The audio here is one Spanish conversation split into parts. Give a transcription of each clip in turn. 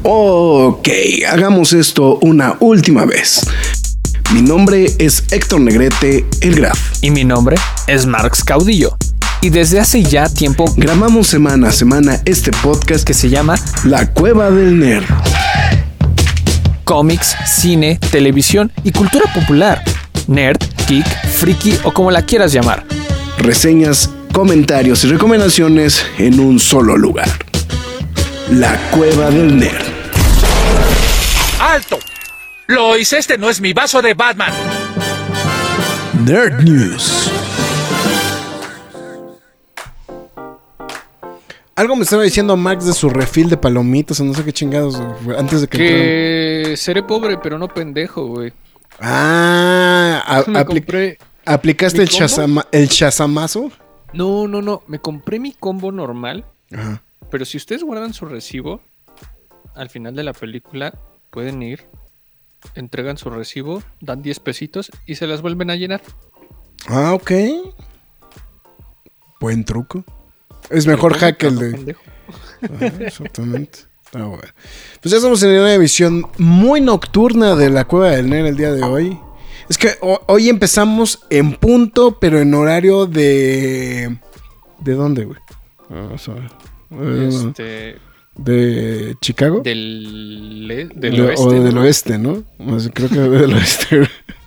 Ok, hagamos esto una última vez. Mi nombre es Héctor Negrete, el Graf. Y mi nombre es Marx Caudillo. Y desde hace ya tiempo grabamos semana a semana este podcast que se llama La Cueva del Nerd. Cómics, cine, televisión y cultura popular. Nerd, geek, friki o como la quieras llamar. Reseñas, comentarios y recomendaciones en un solo lugar. La Cueva del Nerd. ¡Alto! Lois, este no es mi vaso de Batman. Nerd News. Algo me estaba diciendo Max de su refil de palomitas o no sé qué chingados antes de que seré pobre pero no pendejo, güey. ¿Aplicaste el chazamazo? No. Me compré mi combo normal. Ajá. Pero si ustedes guardan su recibo, al final de la película pueden ir, entregan su recibo, dan 10 pesitos y se las vuelven a llenar. Ah, ok. Buen truco. Es mejor hack el de... exactamente. Ah, bueno. Pues ya estamos en una emisión muy nocturna de la Cueva del Nerd el día de hoy. Es que hoy empezamos en punto, pero en horario de... ¿De dónde, güey? Vamos a ver. ¿De Chicago? Del oeste. O del oeste, ¿no? Creo que del oeste.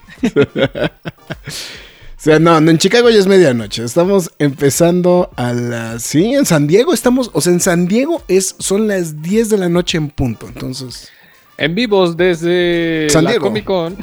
O sea, no, en Chicago ya es medianoche. Estamos empezando a las... Sí, en San Diego estamos... O sea, en San Diego son las 10 de la noche en punto, entonces... En vivos desde San la Diego. Comic Con.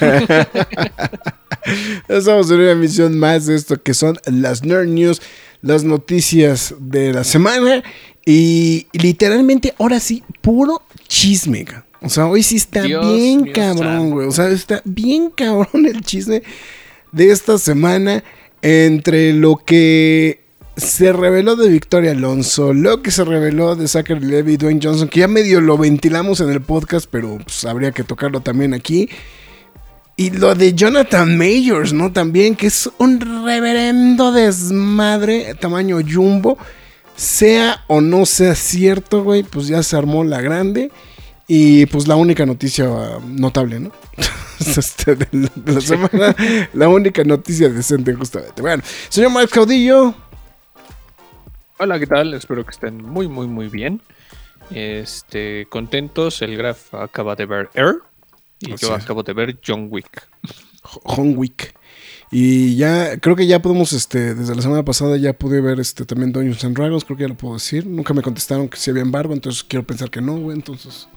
Estamos en una emisión más de esto que son las Nerd News, las noticias de la semana y literalmente ahora sí, puro chisme. O sea, hoy sí está bien cabrón, güey. O sea, está bien cabrón el chisme de esta semana entre lo que se reveló de Victoria Alonso, lo que se reveló de Zachary Levi y Dwayne Johnson, que ya medio lo ventilamos en el podcast, pero pues habría que tocarlo también aquí. Y lo de Jonathan Majors, ¿no? También, que es un reverendo desmadre, tamaño jumbo. Sea o no sea cierto, güey, pues ya se armó la grande. Y pues la única noticia notable, ¿no? De la semana, la única noticia decente, justamente. Bueno, señor Marx Caudillo. Hola, ¿qué tal? Espero que estén muy, muy, muy bien. Contentos. El Graf acaba de ver Air. Y yo acabo de ver John Wick. John Wick. Y ya, creo que ya podemos, desde la semana pasada ya pude ver también Dungeons and Dragons, creo que ya lo puedo decir. Nunca me contestaron que si había embargo, entonces quiero pensar que no, güey, entonces.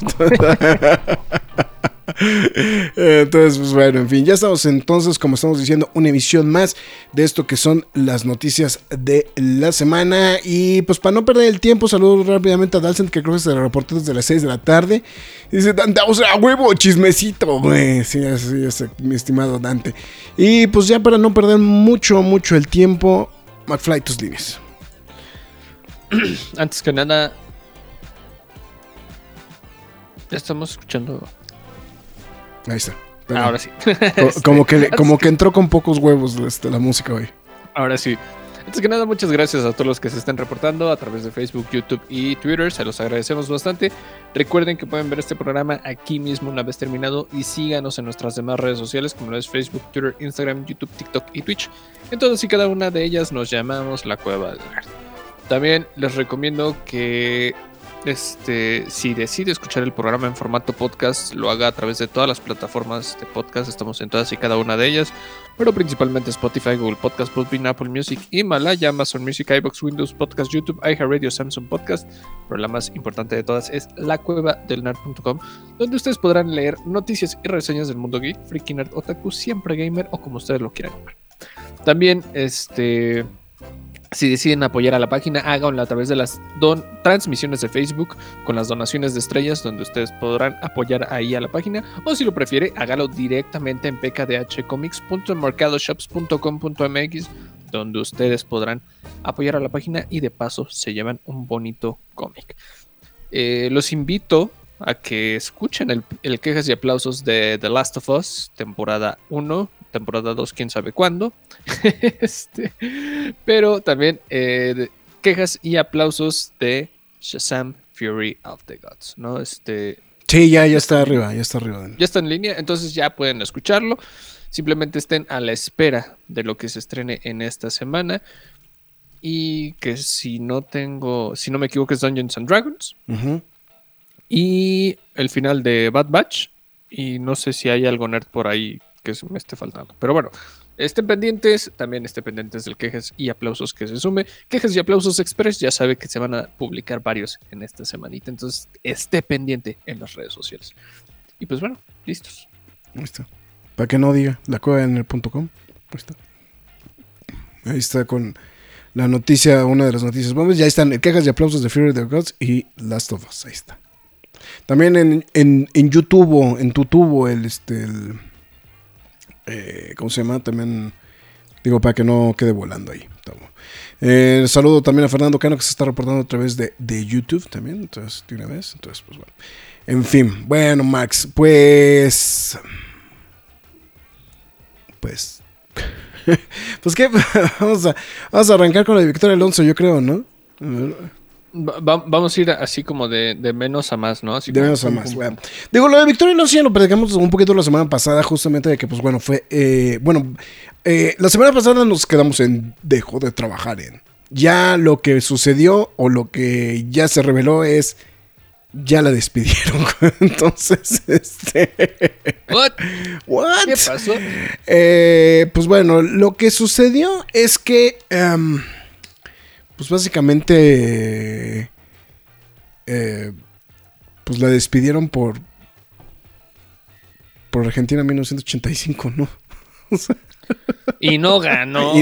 Entonces, pues bueno, en fin, ya estamos entonces, como estamos diciendo, una emisión más de esto que son las noticias de la semana. Y pues para no perder el tiempo, saludo rápidamente a Dalcent, que creo que se reportó desde las 6 de la tarde. Y dice, Dante, o sea, huevo, chismecito, güey. Sí, es mi estimado Dante. Y pues ya para no perder mucho el tiempo, McFly, tus líneas. Antes que nada, ya estamos escuchando. Ahí está. Ahora sí. Como que entró con pocos huevos la música hoy. Ahora sí. Antes que nada, muchas gracias a todos los que se estén reportando a través de Facebook, YouTube y Twitter. Se los agradecemos bastante. Recuerden que pueden ver este programa aquí mismo una vez terminado y síganos en nuestras demás redes sociales como lo es Facebook, Twitter, Instagram, YouTube, TikTok y Twitch. En todas y cada una de ellas nos llamamos La Cueva del Nerd. También les recomiendo que si decide escuchar el programa en formato podcast, lo haga a través de todas las plataformas de podcast. Estamos en todas y cada una de ellas, pero principalmente Spotify, Google Podcast, Podbean, Apple Music, Himalaya, Amazon Music, iVoox, Windows Podcast, YouTube, iHeartRadio, Samsung Podcast. Pero la más importante de todas es lacuevadelnerd.com, donde ustedes podrán leer noticias y reseñas del mundo geek, freaky nerd, otaku, siempre gamer o como ustedes lo quieran llamar. También si deciden apoyar a la página, háganlo a través de las transmisiones de Facebook con las donaciones de estrellas, donde ustedes podrán apoyar ahí a la página, o si lo prefiere, hágalo directamente en pkdhcomics.mercadoshops.com.mx, donde ustedes podrán apoyar a la página y de paso se llevan un bonito cómic. Los invito a que escuchen el quejas y aplausos de The Last of Us, temporada 1, temporada 2, quién sabe cuándo. Pero también quejas y aplausos de Shazam Fury of the Gods, ¿no? Sí, ya está arriba, ya está arriba. Ya está en línea, entonces ya pueden escucharlo. Simplemente estén a la espera de lo que se estrene en esta semana. Y que si no me equivoco, es Dungeons and Dragons. Ujú. Y el final de Bad Batch. Y no sé si hay algo nerd por ahí que me esté faltando. Pero bueno, estén pendientes. También estén pendientes del Quejas y Aplausos que se sume. Quejas y Aplausos Express. Ya sabe que se van a publicar varios en esta semanita. Entonces esté pendiente en las redes sociales. Y pues bueno, listos. Ahí está. Para que no diga, la cueva en el .com. Ahí está. Ahí está con la noticia, una de las noticias. Vamos, ya están Quejas y Aplausos de Fury of the Gods y Last of Us. Ahí está. También en YouTube o en tu tubo ¿cómo se llama? También digo para que no quede volando ahí. Saludo también a Fernando Cano que se está reportando a través de YouTube también. Entonces, de una vez. Entonces, pues bueno. En fin, bueno, Max, pues qué, vamos a arrancar con la de Victoria Alonso, yo creo, ¿no? Vamos a ir así como de menos a más, ¿no? Así de menos a más, bueno. Digo, lo de Victoria Alonso ya lo platicamos un poquito la semana pasada, justamente de que, pues bueno, fue, la semana pasada nos quedamos dejó de trabajar en. Ya lo que sucedió o lo que ya se reveló es, ya la despidieron. Entonces, ¿What? ¿Qué pasó? Pues bueno, lo que sucedió es que, pues básicamente, pues la despidieron por Argentina 1985, ¿no? Y no ganó.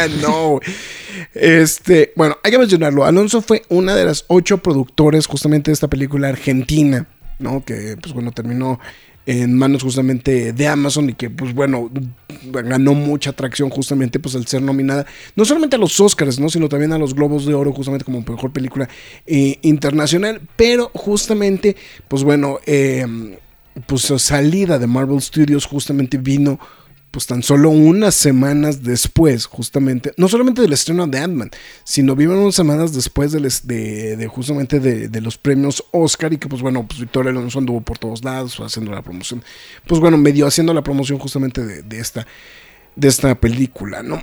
Bueno, hay que mencionarlo. Alonso fue una de las 8 productores justamente de esta película argentina, ¿no? Que, pues bueno, terminó en manos justamente de Amazon y que, pues bueno, ganó mucha atracción justamente pues al ser nominada no solamente a los Oscars, ¿no? Sino también a los Globos de Oro justamente como mejor película internacional, pero justamente, pues bueno, pues su salida de Marvel Studios justamente vino pues tan solo unas semanas después, justamente, no solamente del estreno de Ant-Man, sino vimos unas semanas después de justamente de los premios Oscar y que pues bueno, pues Victoria Alonso anduvo por todos lados haciendo la promoción, pues bueno, medio haciendo la promoción justamente de esta película, ¿no?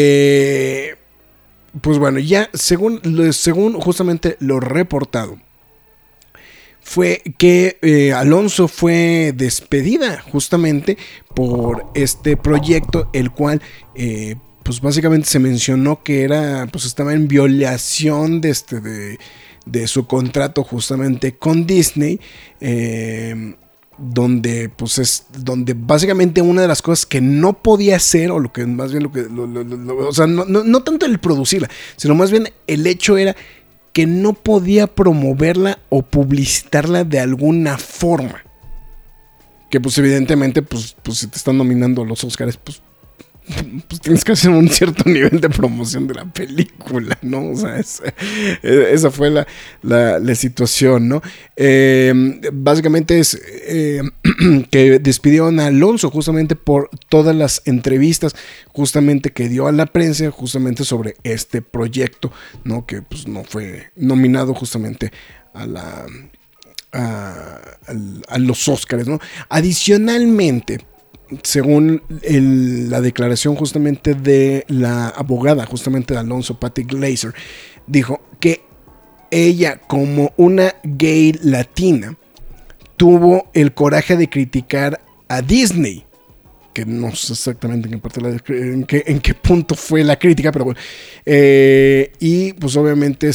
Pues bueno, ya según justamente lo reportado, fue que Alonso fue despedida justamente por este proyecto, el cual pues básicamente se mencionó que pues estaba en violación de su contrato justamente con Disney, donde pues es donde básicamente una de las cosas que no podía hacer, o lo que más bien o sea, no tanto el producirla, sino más bien el hecho era que no podía promoverla o publicitarla de alguna forma. Que pues evidentemente, pues si te están nominando los Oscars, pues tienes que hacer un cierto nivel de promoción de la película, ¿no? O sea, esa fue la situación, ¿no? Básicamente es que despidieron a Alonso justamente por todas las entrevistas justamente que dio a la prensa justamente sobre este proyecto, ¿no? Que pues no fue nominado justamente a los Oscars, ¿no? Adicionalmente, según la declaración justamente de la abogada justamente de Alonso, Patty Glaser, dijo que ella, como una gay latina, tuvo el coraje de criticar a Disney, que no sé exactamente en qué punto fue la crítica, pero bueno, y pues obviamente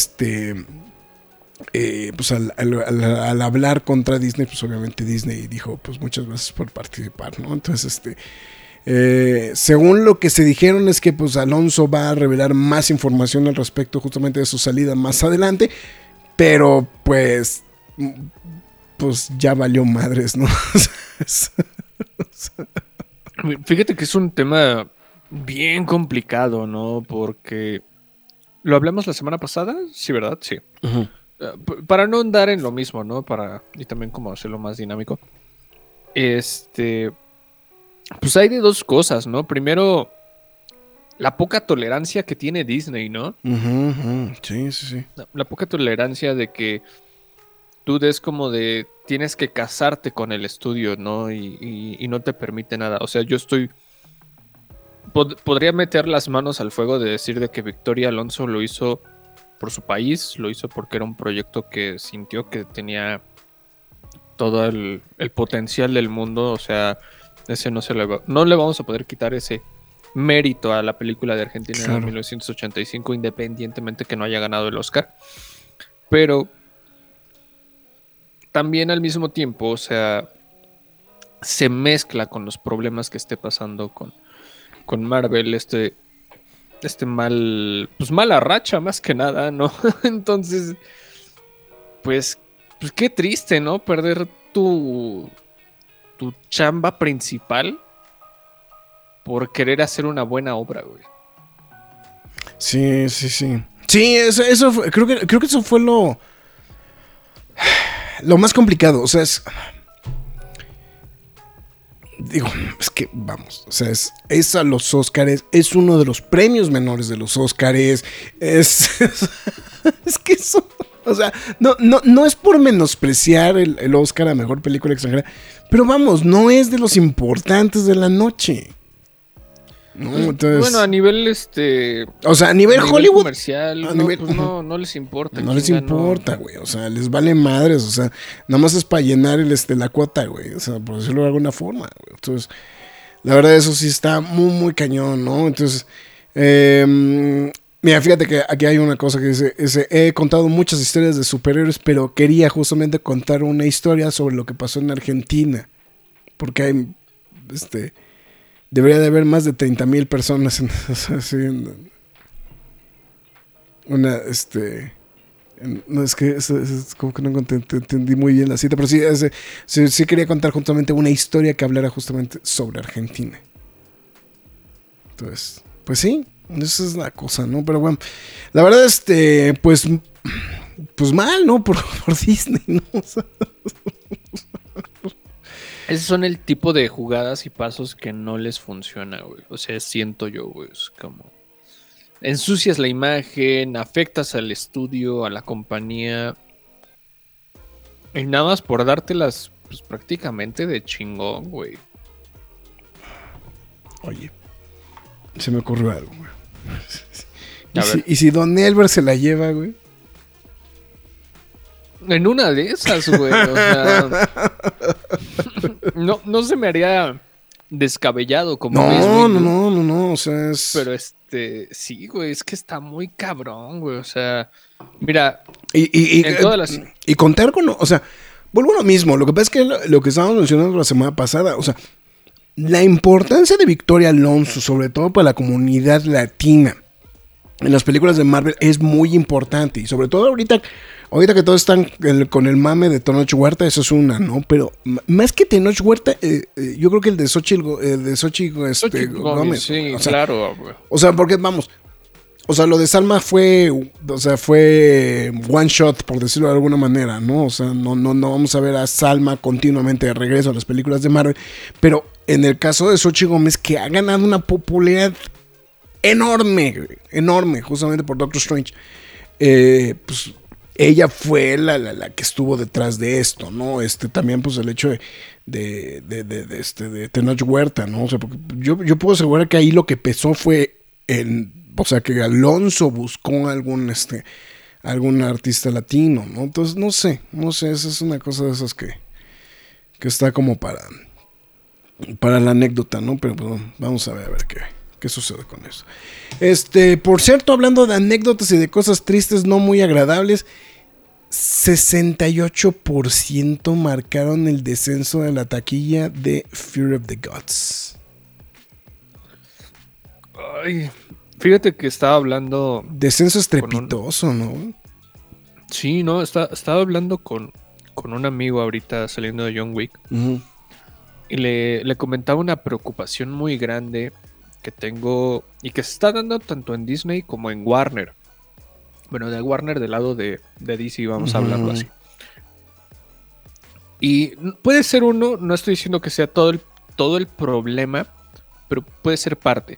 pues al hablar contra Disney, pues obviamente Disney dijo, pues muchas gracias por participar, ¿no? Entonces, según lo que se dijeron es que pues Alonso va a revelar más información al respecto justamente de su salida más adelante, pero pues ya valió madres, ¿no? Fíjate que es un tema bien complicado, ¿no? Porque lo hablamos la semana pasada, sí, ¿verdad? Sí. Uh-huh. Para no andar en lo mismo, ¿no? Y también como hacerlo más dinámico. Pues hay de dos cosas, ¿no? Primero, la poca tolerancia que tiene Disney, ¿no? Uh-huh, uh-huh. Sí. La poca tolerancia de que actitud es como de tienes que casarte con el estudio, ¿no? Y no te permite nada. O sea, yo podría meter las manos al fuego de decir de que Victoria Alonso lo hizo por su país, lo hizo porque era un proyecto que sintió que tenía todo el potencial del mundo. O sea, ese no le vamos a poder quitar ese mérito a la película de Argentina de 1985, independientemente que no haya ganado el Oscar. Pero también al mismo tiempo, o sea, se mezcla con los problemas que esté pasando con Marvel, mala racha más que nada, ¿no? Entonces, pues qué triste, ¿no? Perder tu chamba principal por querer hacer una buena obra, güey. Sí. Sí, eso fue, creo que eso fue lo más complicado. O sea, es que vamos, o sea, es a los Óscares, es uno de los premios menores de los Óscares, es que eso, o sea, no es por menospreciar el Óscar a mejor película extranjera, pero vamos, no es de los importantes de la noche. No, entonces, bueno, a nivel o sea, a nivel Hollywood comercial, no les importa. No les importa, güey. O sea, les vale madres. O sea, nada más es para llenar la cuota, güey. O sea, por decirlo de alguna forma, güey. Entonces, la verdad, eso sí está muy, muy cañón, ¿no? Entonces, mira, fíjate que aquí hay una cosa que dice, he contado muchas historias de superhéroes, pero quería justamente contar una historia sobre lo que pasó en Argentina. Porque hay, debería de haber más de 30,000 personas no, es que es como que no entendí muy bien la cita, pero sí quería contar justamente una historia que hablara justamente sobre Argentina. Entonces, pues sí, esa es la cosa, ¿no? Pero bueno, la verdad, pues mal, ¿no? Por Disney, ¿no? O sea, esos son el tipo de jugadas y pasos que no les funciona, güey. O sea, siento yo, güey, es como ensucias la imagen, afectas al estudio, a la compañía. Y nada más por dártelas, pues prácticamente de chingón, güey. Oye, se me ocurrió algo, güey. ¿Y si Don Elber se la lleva, güey? En una de esas, güey. O sea, no se me haría descabellado como no, o sea, pero sí, güey, es que está muy cabrón, güey. O sea, mira, y contar con, o sea, vuelvo a lo mismo. Lo que pasa es que lo que estábamos mencionando la semana pasada, o sea, la importancia de Victoria Alonso, sobre todo para la comunidad latina, en las películas de Marvel es muy importante. Y sobre todo ahorita que todos están con el mame de Tenoch Huerta, eso es una, ¿no? Pero más que Tenoch Huerta, yo creo que el de Xochitl Gómez. Sí, o sea, claro, güey. O sea, porque vamos, o sea, lo de Salma fue one shot, por decirlo de alguna manera, ¿no? O sea, no vamos a ver a Salma continuamente de regreso a las películas de Marvel. Pero en el caso de Xochitl Gómez, que ha ganado una popularidad enorme, justamente por Doctor Strange, pues ella fue la que estuvo detrás de esto, ¿no? También, pues, el hecho de Tenoch Huerta, ¿no? O sea, porque yo puedo asegurar que ahí lo que pesó fue o sea, que Alonso buscó algún artista latino, ¿no? Entonces, no sé, esa es una cosa de esas que está como para la anécdota, ¿no? Pero pues, vamos a ver qué sucede con eso. Por cierto, hablando de anécdotas y de cosas tristes no muy agradables, 68% marcaron el descenso de la taquilla de Fear of the Gods. Ay, fíjate que estaba hablando... Descenso estrepitoso, ¿no? Sí, no, estaba hablando con un amigo ahorita saliendo de John Wick. Uh-huh. Y le comentaba una preocupación muy grande que tengo y que se está dando tanto en Disney como en Warner. Bueno, de Warner del lado de DC, vamos a hablarlo así. Y puede ser no estoy diciendo que sea todo el problema, pero puede ser parte.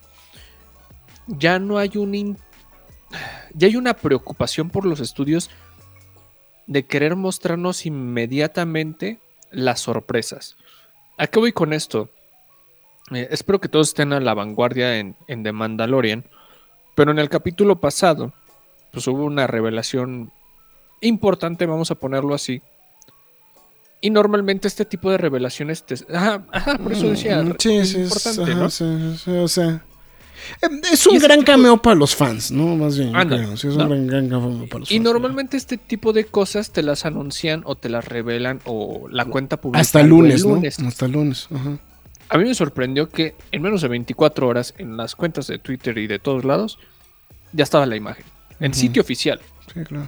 Ya hay una preocupación por los estudios de querer mostrarnos inmediatamente las sorpresas. ¿A qué voy con esto? Espero que todos estén a la vanguardia en The Mandalorian, pero en el capítulo pasado pues hubo una revelación importante, vamos a ponerlo así. Y normalmente este tipo de revelaciones por eso decía sí, importante, ¿no? Sí, o sea, es un gran cameo para los fans, ¿no? Más bien, creo. Sí, es un gran cameo para los fans. Y normalmente este tipo de cosas te las anuncian o te las revelan o la cuenta pública. Hasta el lunes, ¿no? Hasta el lunes, ajá. A mí me sorprendió que en menos de 24 horas en las cuentas de Twitter y de todos lados ya estaba la imagen. En sitio oficial. Sí, claro.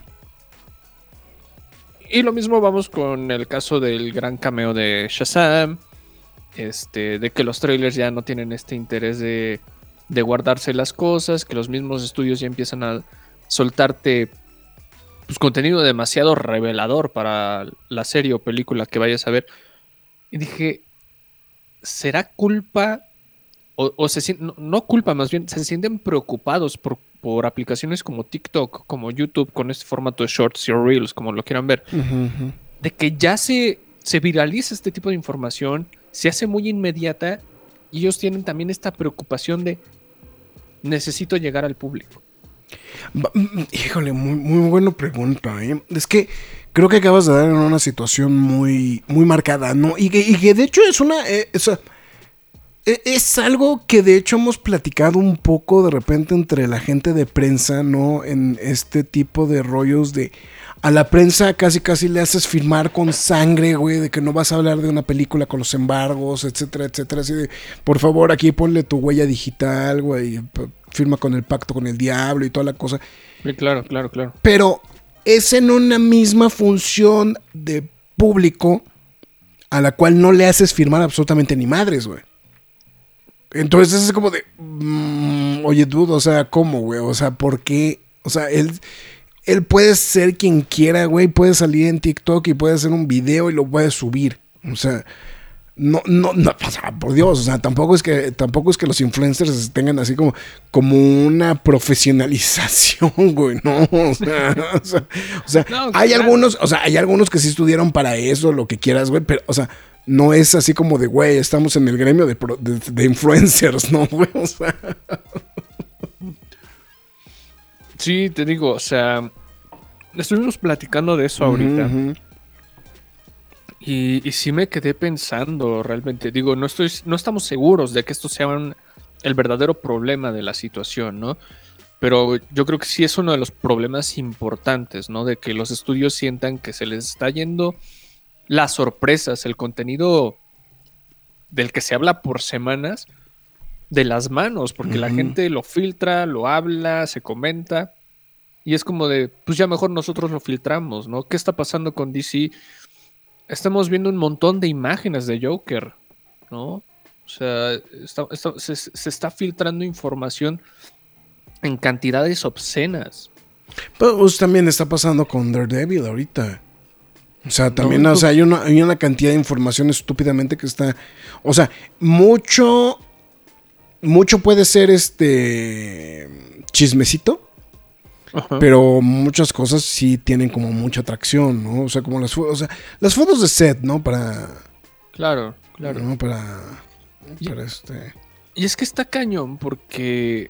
Y lo mismo vamos con el caso del gran cameo de Shazam. De que los trailers ya no tienen este interés de guardarse las cosas. Que los mismos estudios ya empiezan a soltarte pues, contenido demasiado revelador para la serie o película que vayas a ver. Y dije, ¿será culpa? O se sienten, no culpa, más bien se sienten preocupados por aplicaciones como TikTok, como YouTube, con este formato de shorts y reels, como lo quieran ver, de que ya se viraliza este tipo de información, se hace muy inmediata y ellos tienen también esta preocupación de necesito llegar al público. Híjole, muy buena pregunta, ¿eh? Es que creo que acabas de dar en una situación muy, muy marcada, ¿no? Y que de hecho es algo que de hecho hemos platicado un poco de repente entre la gente de prensa, ¿no? En este tipo de rollos de... A la prensa casi le haces firmar con sangre, güey, de que no vas a hablar de una película con los embargos, etcétera, etcétera. Así de, por favor, aquí ponle tu huella digital, güey, firma con el pacto con el diablo y toda la cosa. Sí, claro. Pero es en una misma función de público a la cual no le haces firmar absolutamente ni madres, güey. Entonces es como de, oye, dude, o sea, ¿cómo, güey? O sea, ¿por qué? O sea, él puede ser quien quiera, güey, puede salir en TikTok y puede hacer un video y lo puede subir. O sea, no, o sea, por Dios, o sea, tampoco es que los influencers tengan así como una profesionalización, güey, no, o sea, no, hay algunos que sí estudiaron para eso, lo que quieras, güey, pero, o sea, no es así como de, güey, estamos en el gremio de influencers, ¿no, güey? O sea. Sí, te digo, o sea, estuvimos platicando de eso ahorita. Y sí me quedé pensando realmente. Digo, no estamos seguros de que esto sea el verdadero problema de la situación, ¿no? Pero yo creo que sí es uno de los problemas importantes, ¿no? De que los estudios sientan que se les está yendo las sorpresas, el contenido del que se habla por semanas, de las manos, porque la gente lo filtra, lo habla, se comenta, y es como de, pues ya mejor nosotros lo filtramos, ¿no? ¿Qué está pasando con DC? Estamos viendo un montón de imágenes de Joker, ¿no? O sea, se está filtrando información en cantidades obscenas. Pero pues también está pasando con Daredevil ahorita. O sea, también, o sea, hay una cantidad de información estúpidamente que está... O sea, mucho puede ser chismecito, pero muchas cosas sí tienen como mucha atracción, ¿no? O sea, como las fotos de set, ¿no? Claro. ¿no? Y es que está cañón porque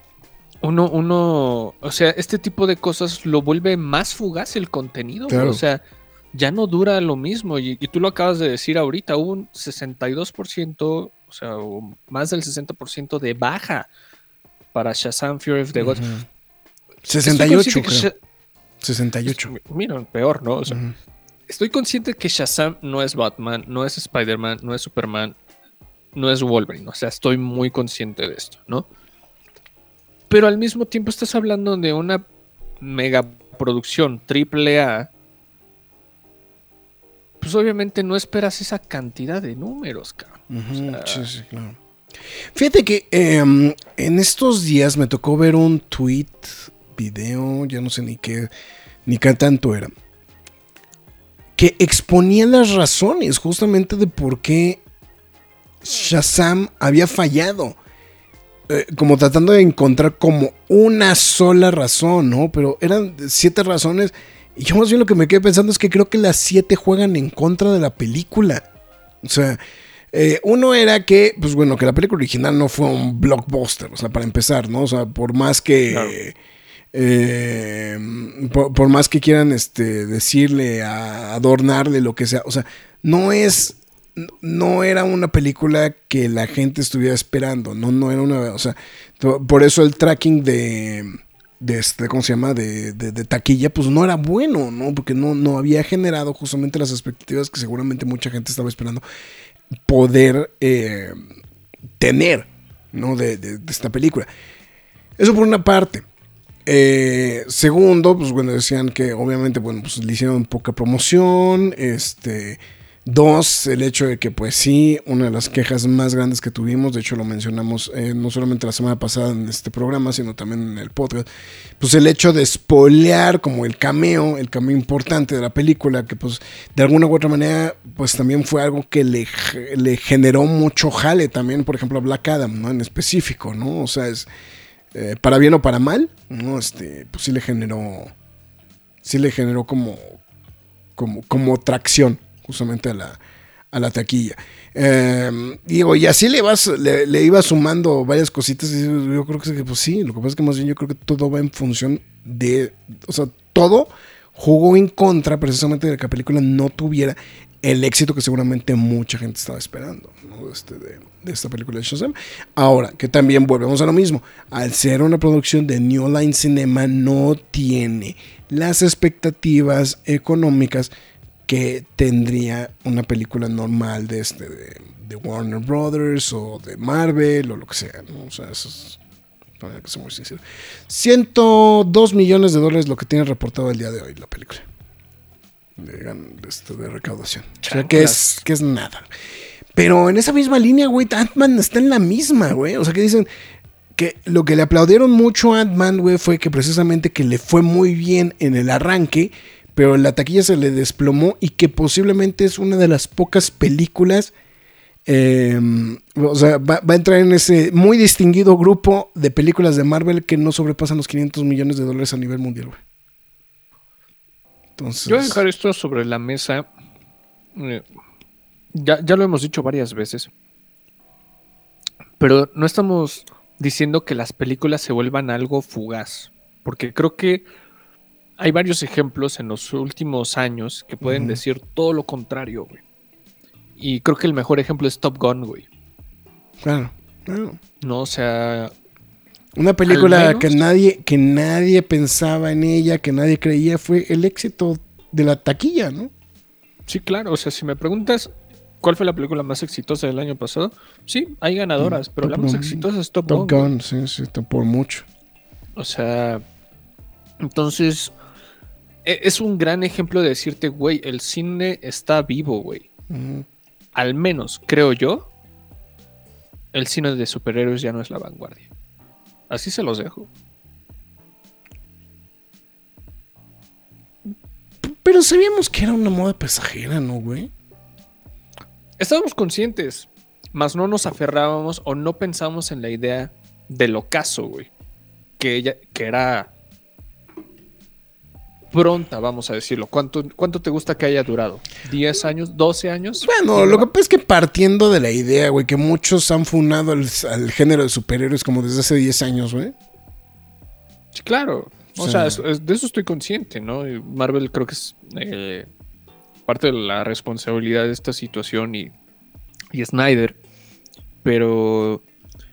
uno, o sea, este tipo de cosas lo vuelve más fugaz el contenido, claro. O sea, ya no dura lo mismo. Y tú lo acabas de decir ahorita, hubo un 62%, o sea, o más del 60% de baja para Shazam Fury of the Gods. 68, creo. 68. Mira, peor, ¿no? O sea, estoy consciente que Shazam no es Batman, no es Spider-Man, no es Superman, no es Wolverine. O sea, estoy muy consciente de esto, ¿no? Pero al mismo tiempo estás hablando de una megaproducción AAA. Pues obviamente no esperas esa cantidad de números, cabrón. O sea, sí, claro. Fíjate que en estos días me tocó ver un tweet, video, ya no sé ni qué tanto era, que exponía las razones justamente de por qué Shazam había fallado. Como tratando de encontrar como una sola razón, ¿no? Pero eran 7 razones Y yo más bien lo que me quedé pensando es que creo que las 7 juegan en contra de la película. O sea, uno era que, pues bueno, que la película original no fue un blockbuster, o sea, para empezar, ¿no? O sea, por más que... Claro. Por más que quieran decirle, adornarle, lo que sea, o sea, no era una película que la gente estuviera esperando, no era una, o sea, por eso el tracking de ¿cómo se llama? De taquilla, pues no era bueno, ¿no? Porque no había generado justamente las expectativas que seguramente mucha gente estaba esperando poder tener, ¿no? De esta película. Eso por una parte. Segundo, pues bueno, decían que obviamente, bueno, pues le hicieron poca promoción. Dos, el hecho de que pues sí, una de las quejas más grandes que tuvimos, de hecho lo mencionamos no solamente la semana pasada en este programa, sino también en el podcast, pues el hecho de spoilear como el cameo importante de la película, que pues de alguna u otra manera pues también fue algo que le generó mucho jale también, por ejemplo a Black Adam, ¿no? En específico, ¿no? O sea, es para bien o para mal, ¿no? Pues sí le generó como tracción justamente a la taquilla. Digo, y así le iba sumando varias cositas, y yo creo que pues sí, lo que pasa es que más bien yo creo que todo va en función de, o sea, todo jugó en contra precisamente de que la película no tuviera el éxito que seguramente mucha gente estaba esperando, ¿no? De esta película de Shazam. Ahora, que también volvemos a lo mismo, al ser una producción de New Line Cinema, no tiene las expectativas económicas que tendría una película normal de Warner Brothers o de Marvel o lo que sea, ¿no? O sea, eso es, para que sea muy sincero, $102 millones lo que tiene reportado el día de hoy la película de recaudación. O sea, que es nada. Pero en esa misma línea, güey, Ant-Man está en la misma, güey. O sea, que dicen que lo que le aplaudieron mucho a Ant-Man, güey, fue que precisamente que le fue muy bien en el arranque, pero la taquilla se le desplomó y que posiblemente es una de las pocas películas, o sea, va a entrar en ese muy distinguido grupo de películas de Marvel que no sobrepasan los $500 millones a nivel mundial, güey. Entonces, yo voy a dejar esto sobre la mesa. Ya lo hemos dicho varias veces, pero no estamos diciendo que las películas se vuelvan algo fugaz, porque creo que hay varios ejemplos en los últimos años que pueden decir todo lo contrario, güey. Y creo que el mejor ejemplo es Top Gun, güey. Claro. No, o sea, una película que nadie pensaba en ella, que nadie creía, fue el éxito de la taquilla, ¿no? Sí, claro. O sea, si me preguntas cuál fue la película más exitosa del año pasado, sí, hay ganadoras, pero la más exitosa es Top Gun. Top Gun, sí, por mucho. O sea, entonces es un gran ejemplo de decirte, güey, el cine está vivo, güey. Al menos, creo yo, el cine de superhéroes ya no es la vanguardia. Así se los dejo. Pero sabíamos que era una moda pasajera, ¿no, güey? Estábamos conscientes, mas no nos aferrábamos o no pensábamos en la idea del ocaso, güey. Que era pronta, vamos a decirlo. ¿Cuánto te gusta que haya durado? ¿10 años? ¿12 años? Bueno, lo que pasa es que partiendo de la idea, güey, que muchos han funado al género de superhéroes como desde hace 10 años, güey. Sí, claro. O sea, de eso estoy consciente, ¿no? Marvel creo que es parte de la responsabilidad de esta situación y Snyder. Pero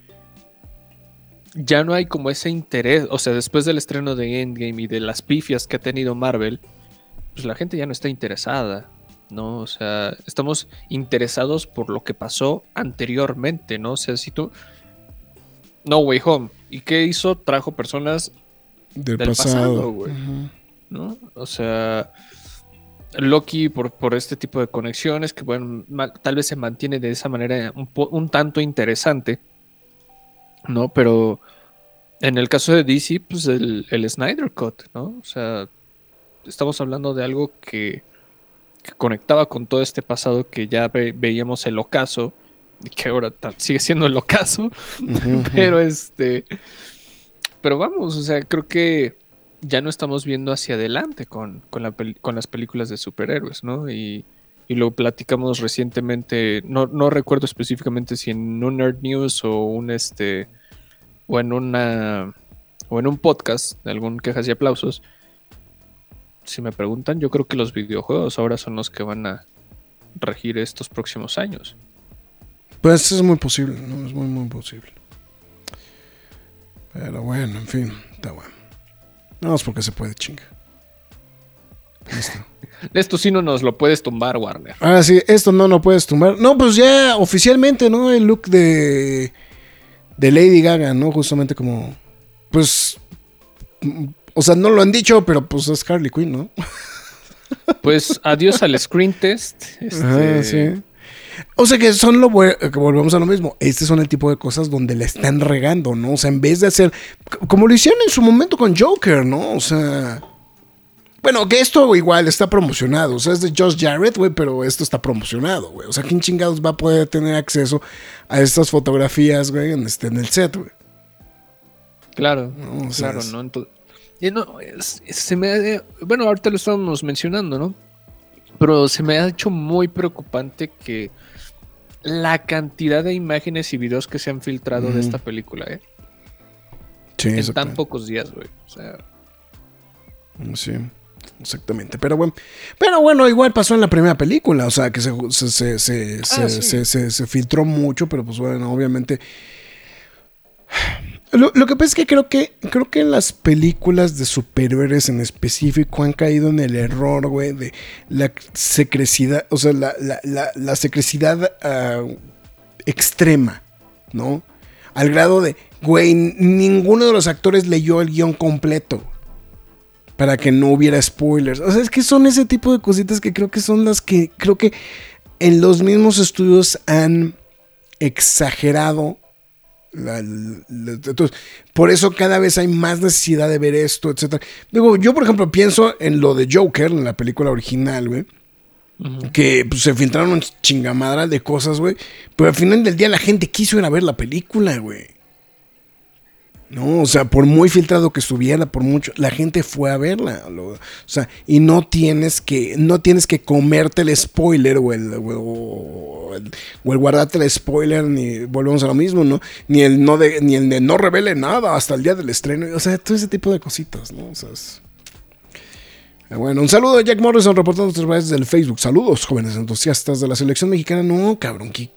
ya no hay como ese interés. O sea, después del estreno de Endgame y de las pifias que ha tenido Marvel, pues la gente ya no está interesada, ¿no? O sea, estamos interesados por lo que pasó anteriormente, ¿no? O sea, si tú... No Way Home. ¿Y qué hizo? Trajo personas del pasado, güey. ¿No? O sea, Loki por este tipo de conexiones que, bueno, tal vez se mantiene de esa manera un tanto interesante, ¿no? Pero en el caso de DC, pues el Snyder Cut, ¿no? O sea, estamos hablando de algo que conectaba con todo este pasado que ya veíamos el ocaso, y que ahora sigue siendo el ocaso, pero pero vamos, o sea, creo que ya no estamos viendo hacia adelante con las películas de superhéroes, ¿no? Y lo platicamos recientemente, no recuerdo específicamente si en un Nerd News o o en un podcast de algún Quejas y Aplausos. Si me preguntan, yo creo que los videojuegos ahora son los que van a regir estos próximos años. Pues es muy posible, ¿no? Es muy, muy posible. Pero bueno, en fin, está bueno. No es porque se puede, chinga. Listo. Esto sí no nos lo puedes tumbar, Warner. Ah, sí, esto no lo puedes tumbar. No, pues ya oficialmente, ¿no? El look de Lady Gaga, ¿no? Justamente como, pues, o sea, no lo han dicho, pero pues es Harley Quinn, ¿no? Pues adiós al screen test. Sí. O sea que que volvemos a lo mismo. Este son el tipo de cosas donde la están regando, ¿no? O sea, en vez de hacer, como lo hicieron en su momento con Joker, ¿no? O sea, bueno, que esto igual está promocionado. O sea, es de Josh Jarrett, güey, pero esto está promocionado, güey. O sea, ¿quién chingados va a poder tener acceso a estas fotografías, güey, en el set, güey? Claro, No, o sea, claro, ¿no? Entonces, bueno, ahorita lo estábamos mencionando, ¿no? Pero se me ha hecho muy preocupante que la cantidad de imágenes y videos que se han filtrado de esta película, Sí, en tan pocos días, güey. O sea, sí, exactamente. Pero bueno, igual pasó en la primera película. O sea, que se filtró mucho, pero pues bueno, obviamente. Lo que pasa es que creo que las películas de superhéroes en específico han caído en el error, güey, de la secrecidad, o sea, la secrecidad extrema, ¿no? Al grado de, güey, ninguno de los actores leyó el guión completo para que no hubiera spoilers. O sea, es que son ese tipo de cositas que creo que son las que creo que en los mismos estudios han exagerado. Entonces, por eso cada vez hay más necesidad de ver esto, etcétera. Digo, yo por ejemplo pienso en lo de Joker, en la película original, güey. Que pues, se filtraron un chingamadral de cosas, güey. Pero al final del día la gente quiso ir a ver la película, güey. No, o sea, por muy filtrado que estuviera, por mucho, la gente fue a verla. O sea, y no tienes que comerte el spoiler o el guardarte el spoiler, ni volvemos a lo mismo, ¿no? Ni el de no revele nada hasta el día del estreno. O sea, todo ese tipo de cositas, ¿no? O sea, bueno, un saludo a Jack Morrison reportando a través del Facebook. Saludos, jóvenes entusiastas de la selección mexicana. No, cabrón, ¿qué?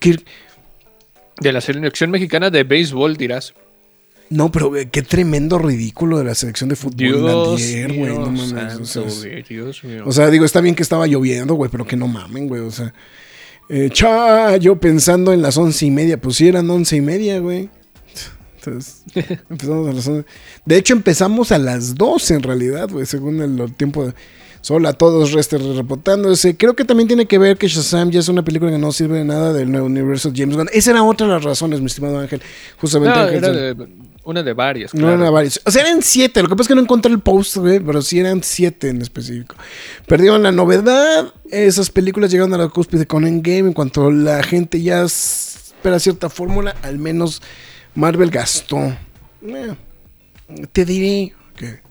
De la selección mexicana de béisbol, dirás. No, pero qué tremendo ridículo de la selección de fútbol ayer, güey. No mames. Dios mío. O sea, digo, está bien que estaba lloviendo, güey, pero que no mamen, güey. O sea, yo pensando en las 11:30, pues sí eran 11:30, güey. Entonces, empezamos a las 11. De hecho, empezamos a las 12 en realidad, güey, según el tiempo de... Hola a todos, Rester reportándose. Creo que también tiene que ver que Shazam ya es una película que no sirve de nada del nuevo universo de James Gunn. Esa era otra de las razones, mi estimado Ángel. Justamente No, Ángel, era una de varias, claro. No eran varias. O sea, eran 7. Lo que pasa es que no encontré el post, güey, pero sí eran 7 en específico. Perdieron la novedad. Esas películas llegaron a la cúspide con Endgame. En cuanto la gente ya espera cierta fórmula, al menos Marvel gastó. Te diré que...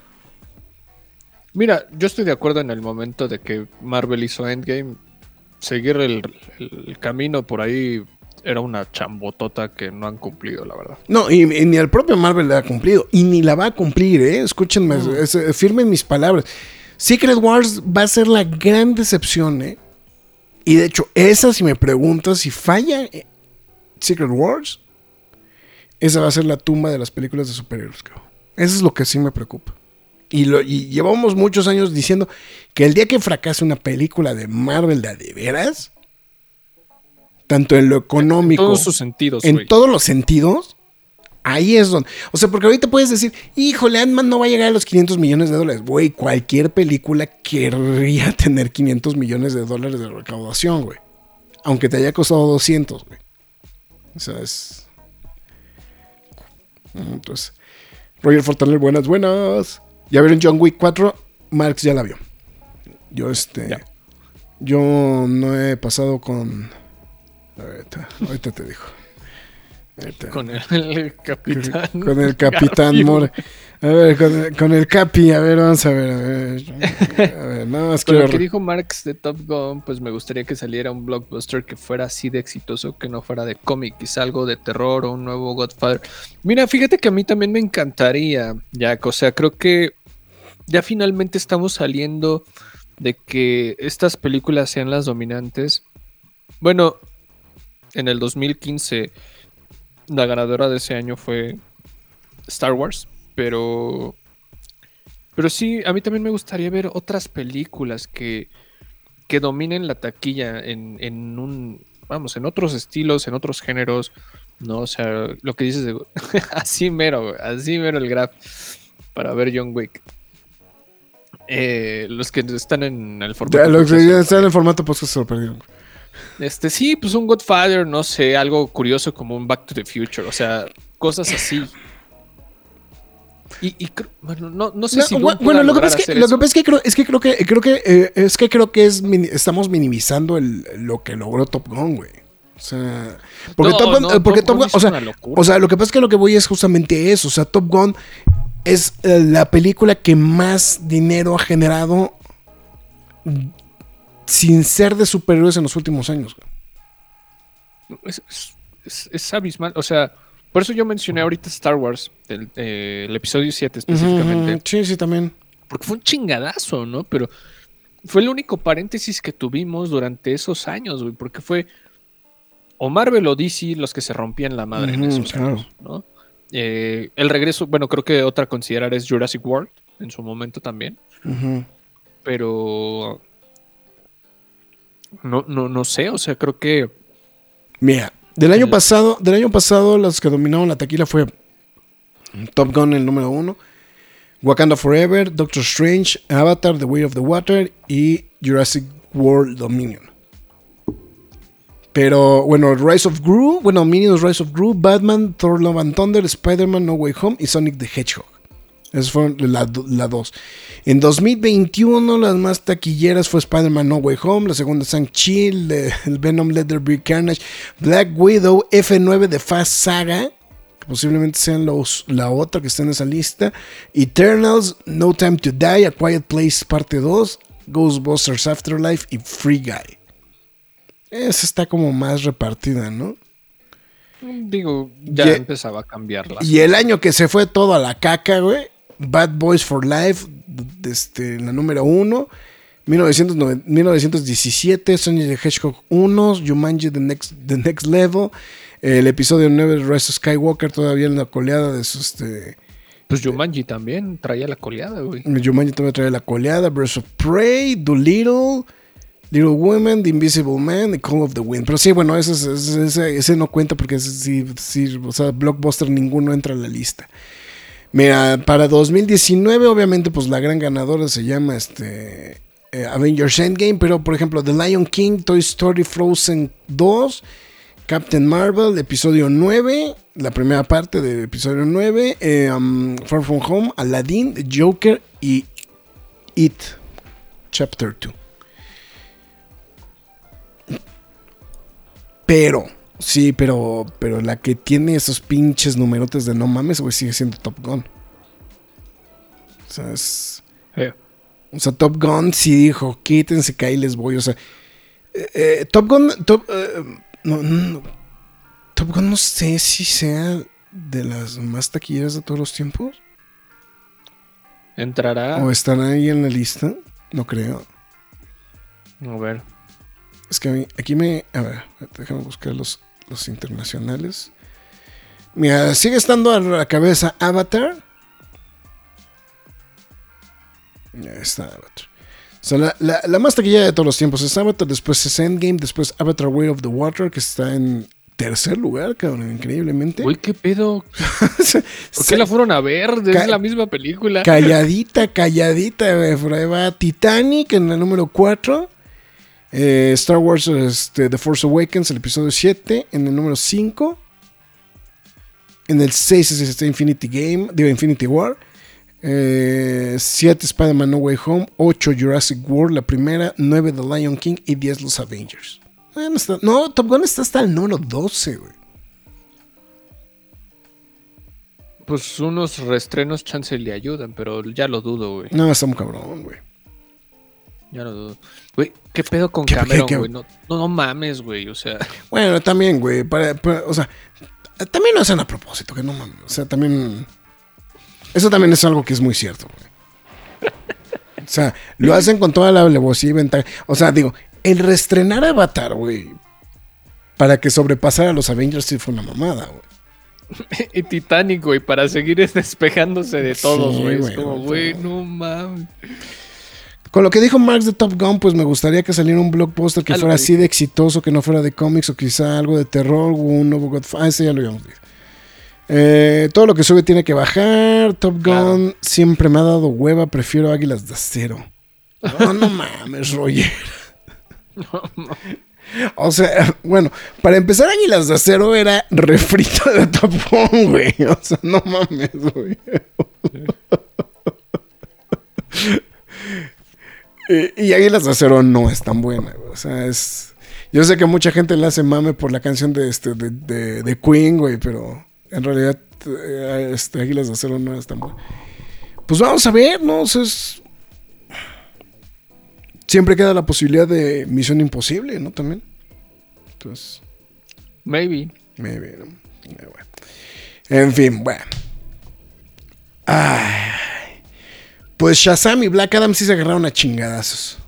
Mira, yo estoy de acuerdo en el momento de que Marvel hizo Endgame. Seguir el camino por ahí era una chambotota que no han cumplido, la verdad. No, y ni el propio Marvel la ha cumplido. Y ni la va a cumplir, ¿eh? Escúchenme, firmen mis palabras. Secret Wars va a ser la gran decepción, ¿eh? Y de hecho, esa, si me preguntas, si falla Secret Wars, esa va a ser la tumba de las películas de superhéroes, cabrón. Eso es lo que sí me preocupa. Y llevamos muchos años diciendo que el día que fracase una película de Marvel de veras, tanto en lo económico, en todos sus sentidos, en güey. todos los sentidos, ahí es donde... O sea, porque ahorita puedes decir, híjole, Ant-Man no va a llegar a los $500 millones. Güey, cualquier película querría tener $500 millones de recaudación, güey. Aunque te haya costado 200, güey. O sea, es... Entonces, Roger Fortaner, buenas. ¿Ya vieron John Wick 4? Marx ya la vio. Yo no he pasado con... Ahorita te digo. Con el capitán. Con el Capitán Garfio. More. A ver, con el Capi, a ver, vamos a ver. A ver, nada más Con quiero... lo que dijo Marx de Top Gun, pues me gustaría que saliera un blockbuster que fuera así de exitoso, que no fuera de cómic, quizá algo de terror o un nuevo Godfather. Mira, fíjate que a mí también me encantaría, Jack, o sea, creo que ya finalmente estamos saliendo de que estas películas sean las dominantes. Bueno, en el 2015 la ganadora de ese año fue Star Wars, pero sí, a mí también me gustaría ver otras películas que dominen la taquilla en otros estilos, en otros géneros, ¿no? O sea, lo que dices de así mero el graph para ver John Wick. Los que están en el formato. Ya, los que ya están en el formato podcast se lo perdieron. Sí, pues un Godfather, no sé, algo curioso como un Back to the Future, o sea, cosas así. Bueno, no sé si bueno, lo que pasa es que creo que estamos minimizando lo que logró Top Gun, güey. O sea, porque Top Gun, o sea, lo que pasa es que lo que voy es justamente eso, o sea, Top Gun es la película que más dinero ha generado sin ser de superhéroes en los últimos años. Es abismal, o sea, por eso yo mencioné ahorita Star Wars, el episodio 7 específicamente. Sí, también. Porque fue un chingadazo, ¿no? Pero fue el único paréntesis que tuvimos durante esos años, güey, porque fue o Marvel o DC los que se rompían la madre en esos años, ¿no? El regreso, bueno, creo que otra a considerar es Jurassic World, en su momento también. Pero no sé, o sea, creo que... Mira, del año pasado, los que dominaron la taquilla fue Top Gun, el número 1, Wakanda Forever, Doctor Strange, Avatar, The Way of the Water y Jurassic World Dominion. Pero, bueno, Minions Rise of Gru, Batman, Thor Love and Thunder, Spider-Man No Way Home y Sonic the Hedgehog. Esas fueron la 2. En 2021 las más taquilleras fue Spider-Man No Way Home, la segunda Shang-Chi, el Venom Let There Be Carnage, Black Widow, F9 de Fast Saga, que posiblemente sean la otra que está en esa lista, Eternals, No Time to Die, A Quiet Place Parte 2, Ghostbusters Afterlife y Free Guy. Esa está como más repartida, ¿no? Digo, ya empezaba a cambiarla. Y el año que se fue todo a la caca, güey, Bad Boys for Life, la número 1, 1917, Sonic the Hedgehog 1, Jumanji The Next Level, el episodio 9 de Rise of Skywalker todavía en la coleada de sus... Pues Jumanji también traía la coleada, güey. Jumanji también traía la coleada, Birds of Prey, Dolittle, Little Women, The Invisible Man y Call of the Wind. Pero sí, bueno, ese no cuenta porque sí, o sea, Blockbuster ninguno entra a la lista. Mira, para 2019, obviamente, pues la gran ganadora se llama Avengers Endgame, pero por ejemplo, The Lion King, Toy Story, Frozen 2, Captain Marvel, episodio 9, la primera parte del episodio 9, Far From Home, Aladdin, Joker y It, Chapter 2. Pero la que tiene esos pinches numerotes de no mames, güey, sigue siendo Top Gun. O sea, o sea, Top Gun sí dijo, quítense que ahí les voy. O sea, Top Gun no sé si sea de las más taquilleras de todos los tiempos. ¿Entrará? ¿O estará ahí en la lista? No creo. A ver. Es que aquí a ver, déjame buscar los internacionales. Mira, sigue estando a la cabeza Avatar. Ya está Avatar. O sea, la más taquillera de todos los tiempos es Avatar, después es Endgame, después Avatar Way of the Water, que está en tercer lugar, cabrón, increíblemente. Uy, ¿qué pedo? ¿Por qué la fueron a ver? Es la misma película. Calladita, por ahí va Titanic en el número 4. Star Wars The Force Awakens, el episodio 7, en el número 5. En el 6 está Infinity War. 7 Spider-Man No Way Home. 8 Jurassic World, la primera. 9 The Lion King y 10 los Avengers. No, Top Gun está hasta el número 12, güey. Pues unos reestrenos chance le ayudan, pero ya lo dudo, güey. No, está muy cabrón, güey. Ya lo dudo. Güey, ¿qué pedo con ¿Qué- Cameron, qué- güey? No mames, güey. O sea, Bueno, también, güey. O sea, también lo hacen a propósito, que no mames. O sea, también. Eso también es algo que es muy cierto, güey. O sea, lo hacen con toda la alevosía y ventaja. O sea, digo, el reestrenar Avatar, güey, para que sobrepasara a los Avengers sí fue una mamada, güey. y Titanic, güey, para seguir despejándose de todos, Sí, güey. güey, Es como, güey. güey, no mames. Con lo que dijo Marx de Top Gun, pues me gustaría que saliera un blockbuster que Algo fuera que así de exitoso, que no fuera de cómics o quizá algo de terror o un nuevo Godfather. Ah, ese ya lo habíamos visto. Todo lo que sube tiene que bajar. Top Gun Claro. siempre me ha dado hueva. Prefiero Águilas de Acero. No mames, Roger. O sea, bueno, para empezar, Águilas de Acero era refrito de Top Gun, güey. O sea, no mames, güey. Y Águilas de Acero no es tan buena, güey. O sea, es... Yo sé que mucha gente le hace mame por la canción de Queen, güey, pero en realidad Águilas de Acero no es tan buena. Pues vamos a ver, ¿no? O sea, siempre queda la posibilidad de Misión Imposible, ¿no? También. Entonces, Maybe. maybe, ¿no? Bueno. En fin, bueno. Ay. Pues Shazam y Black Adam sí se agarraron a chingadazos.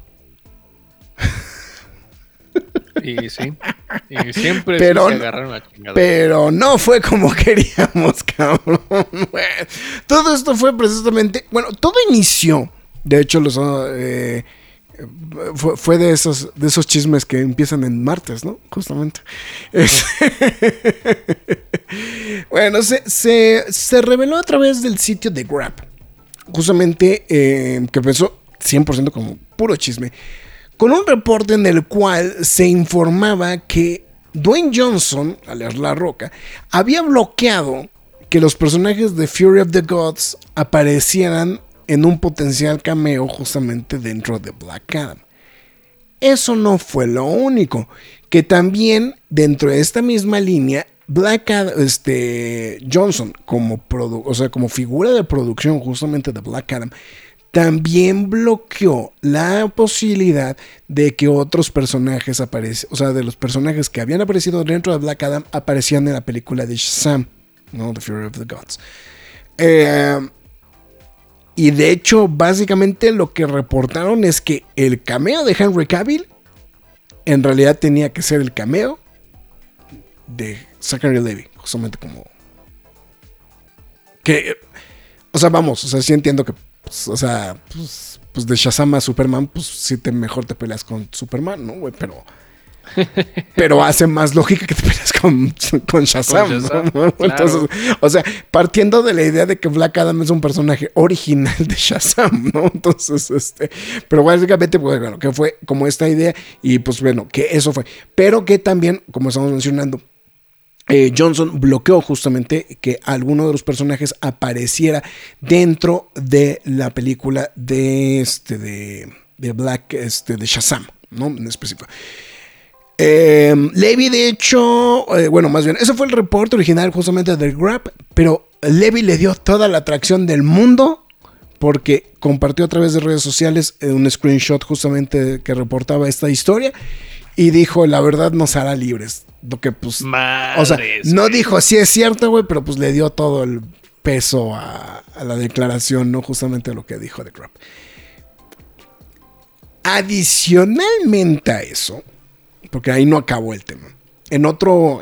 Y sí. Y siempre Pero sí se no- agarraron a chingada. Pero no fue como queríamos, cabrón. Bueno, todo esto fue precisamente... Bueno, todo inició. De hecho, fue de esos chismes que empiezan en martes, ¿no? Justamente. Bueno, se reveló a través del sitio de Grab. Justamente que empezó 100% como puro chisme. Con un reporte en el cual se informaba que Dwayne Johnson, alias La Roca, había bloqueado que los personajes de Fury of the Gods aparecieran en un potencial cameo justamente dentro de Black Adam. Eso no fue lo único, que también dentro de esta misma línea, Black Adam, Johnson como figura de producción justamente de Black Adam, también bloqueó la posibilidad de que otros personajes aparecieran, o sea, de los personajes que habían aparecido dentro de Black Adam aparecían en la película de Shazam, ¿no? The Fury of the Gods. Y de hecho, básicamente lo que reportaron es que el cameo de Henry Cavill en realidad tenía que ser el cameo de Zachary Levi, justamente como que, o sea, vamos, o sea, sí entiendo que, pues de Shazam a Superman, pues sí mejor te peleas con Superman, ¿no, güey? Pero hace más lógica que te peleas con Shazam, Con Shazam, ¿no? claro. Entonces, o sea, partiendo de la idea de que Black Adam es un personaje original de Shazam, ¿no? Entonces, pero básicamente, pues, bueno, que fue como esta idea y pues bueno, que eso fue. Pero que también, como estamos mencionando, Johnson bloqueó justamente que alguno de los personajes apareciera dentro de la película de Black, de Shazam, ¿no? En específico. Levy, de hecho, bueno, más bien, ese fue el reporte original justamente del Grab, pero Levy le dio toda la atracción del mundo porque compartió a través de redes sociales un screenshot justamente que reportaba esta historia y dijo, la verdad nos hará libres. Lo que pues, Madres, o sea, no güey. dijo sí es cierto, güey, pero pues le dio todo el peso a la declaración, no justamente a lo que dijo The Grab. Adicionalmente a eso, porque ahí no acabó el tema. En otro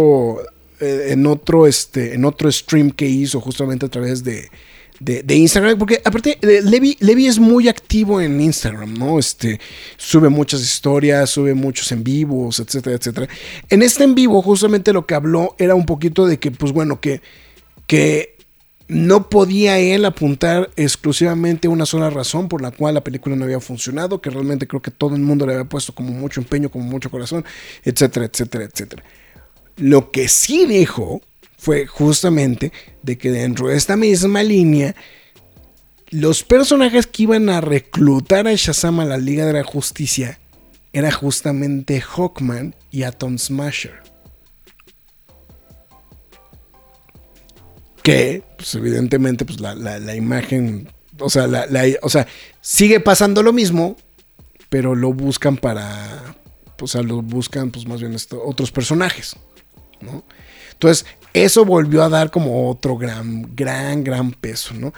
stream que hizo justamente a través de Instagram, porque aparte Levi es muy activo en Instagram, ¿no? Sube muchas historias, sube muchos en vivos, etcétera, etcétera. En este en vivo justamente lo que habló era un poquito de que, pues bueno, que no podía él apuntar exclusivamente una sola razón por la cual la película no había funcionado, que realmente creo que todo el mundo le había puesto como mucho empeño, como mucho corazón, etcétera, etcétera, etcétera. Lo que sí dijo fue justamente de que dentro de esta misma línea, los personajes que iban a reclutar a Shazam a la Liga de la Justicia era justamente Hawkman y Atom Smasher. Que, pues evidentemente, pues la imagen, o sea, o sea, sigue pasando lo mismo, pero lo buscan para, o sea, lo buscan, pues más bien otros personajes, ¿no? Entonces, eso volvió a dar como otro gran peso, ¿no?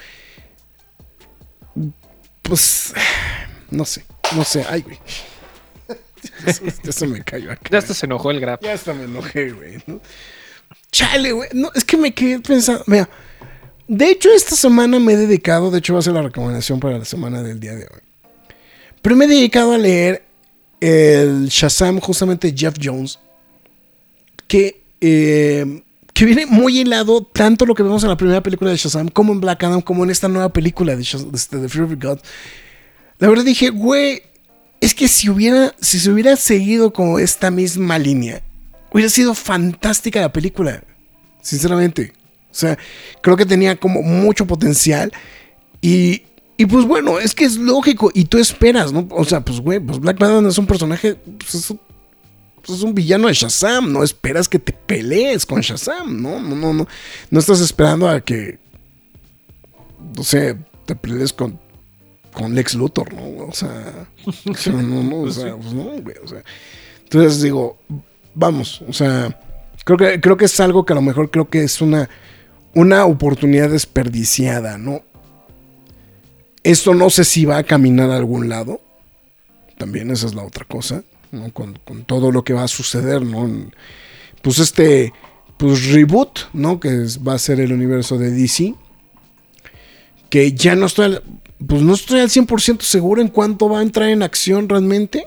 Pues, no sé, ay, güey. Ya se me cayó acá. Ya hasta se enojó el Grab. Ya hasta me enojé, güey, ¿no? Chale, güey. No, es que me quedé pensando. Mira, de hecho, esta semana me he dedicado. De hecho, va a ser la recomendación para la semana del día de hoy. Pero me he dedicado a leer el Shazam, justamente de Jeff Jones. Que viene muy hilado. Tanto lo que vemos en la primera película de Shazam, como en Black Adam, como en esta nueva película de The Fury of God. La verdad dije, güey, es que si se hubiera seguido con esta misma línea, hubiera sido fantástica la película, sinceramente. O sea, creo que tenía como mucho potencial. Y pues bueno, es que es lógico. Y tú esperas, ¿no? O sea, pues güey, pues Black Adam es un personaje, pues es un villano de Shazam. No esperas que te pelees con Shazam, ¿no? No estás esperando a que, no sé, te pelees con Lex Luthor, ¿no? O sea, no, o sea, pues no, güey, o sea. Entonces digo, vamos, o sea, creo que es algo que a lo mejor creo que es una oportunidad desperdiciada, ¿no? Esto no sé si va a caminar a algún lado. También esa es la otra cosa, ¿no? Con todo lo que va a suceder, ¿no? Pues pues reboot, ¿no? Que va a ser el universo de DC. Que ya no estoy al 100% seguro en cuánto va a entrar en acción realmente.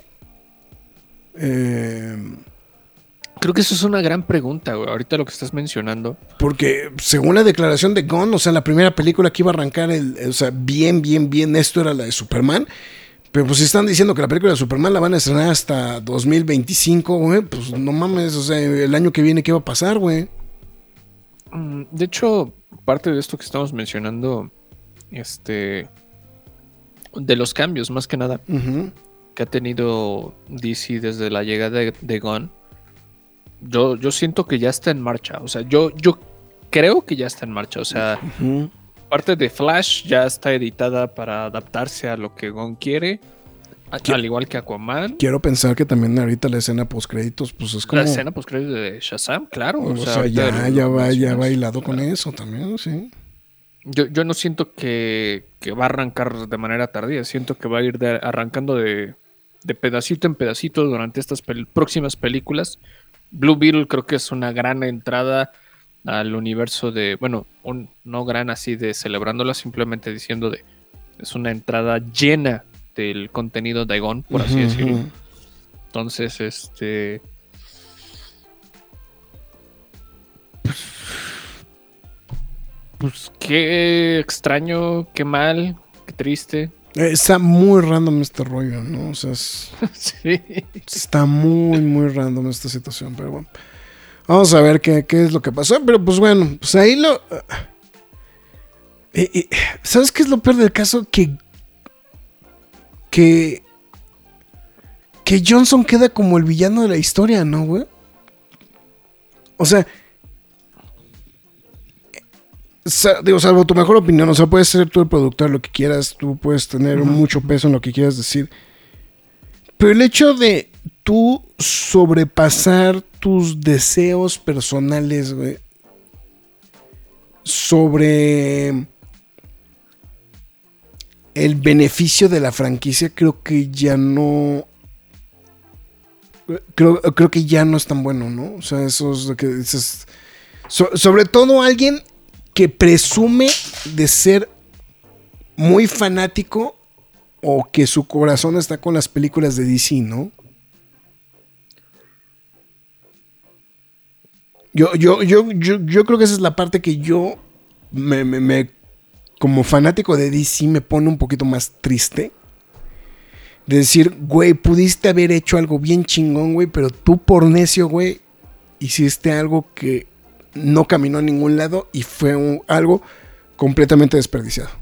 Creo que eso es una gran pregunta, güey. Ahorita lo que estás mencionando. Porque según la declaración de Gunn, o sea, la primera película que iba a arrancar, o sea, bien, esto era la de Superman. Pero pues si están diciendo que la película de Superman la van a estrenar hasta 2025, güey, pues no mames, o sea, el año que viene, ¿qué va a pasar, güey? De hecho, parte de esto que estamos mencionando, de los cambios, más que nada, que ha tenido DC desde la llegada de Gunn, yo siento que ya está en marcha. O sea, yo creo que ya está en marcha. O sea, parte de Flash ya está editada para adaptarse a lo que Gunn quiere. Al igual que Aquaman. Quiero pensar que también ahorita la escena postcréditos, pues es como... La escena postcréditos de Shazam, claro. O sea ya va hilado con eso también, sí. Yo no siento que va a arrancar de manera tardía. Siento que va a ir arrancando de pedacito en pedacito durante estas próximas películas. Blue Beetle creo que es una gran entrada al universo de... Bueno, no gran así de celebrándola, simplemente diciendo es una entrada llena del contenido de Gunn, por así decirlo. Entonces, pues qué extraño, qué mal, qué triste. Está muy random este rollo, ¿no? O sea, sí. Está muy random esta situación, pero bueno. Vamos a ver qué es lo que pasó, pero pues bueno, pues ahí lo... ¿Sabes qué es lo peor del caso? Que Johnson queda como el villano de la historia, ¿no, güey? O sea, digo, salvo tu mejor opinión, o sea, puedes ser tú el productor, lo que quieras, tú puedes tener mucho peso en lo que quieras decir, pero el hecho de tú sobrepasar tus deseos personales, güey, sobre el beneficio de la franquicia, creo que ya no... Creo que ya no es tan bueno, ¿no? O sea, eso es lo que dices. Sobre todo alguien que presume de ser muy fanático o que su corazón está con las películas de DC, ¿no? Yo creo que esa es la parte que yo como fanático de DC me pone un poquito más triste. De decir, güey, pudiste haber hecho algo bien chingón, güey, pero tú por necio, güey, hiciste algo que no caminó a ningún lado y fue algo completamente desperdiciado.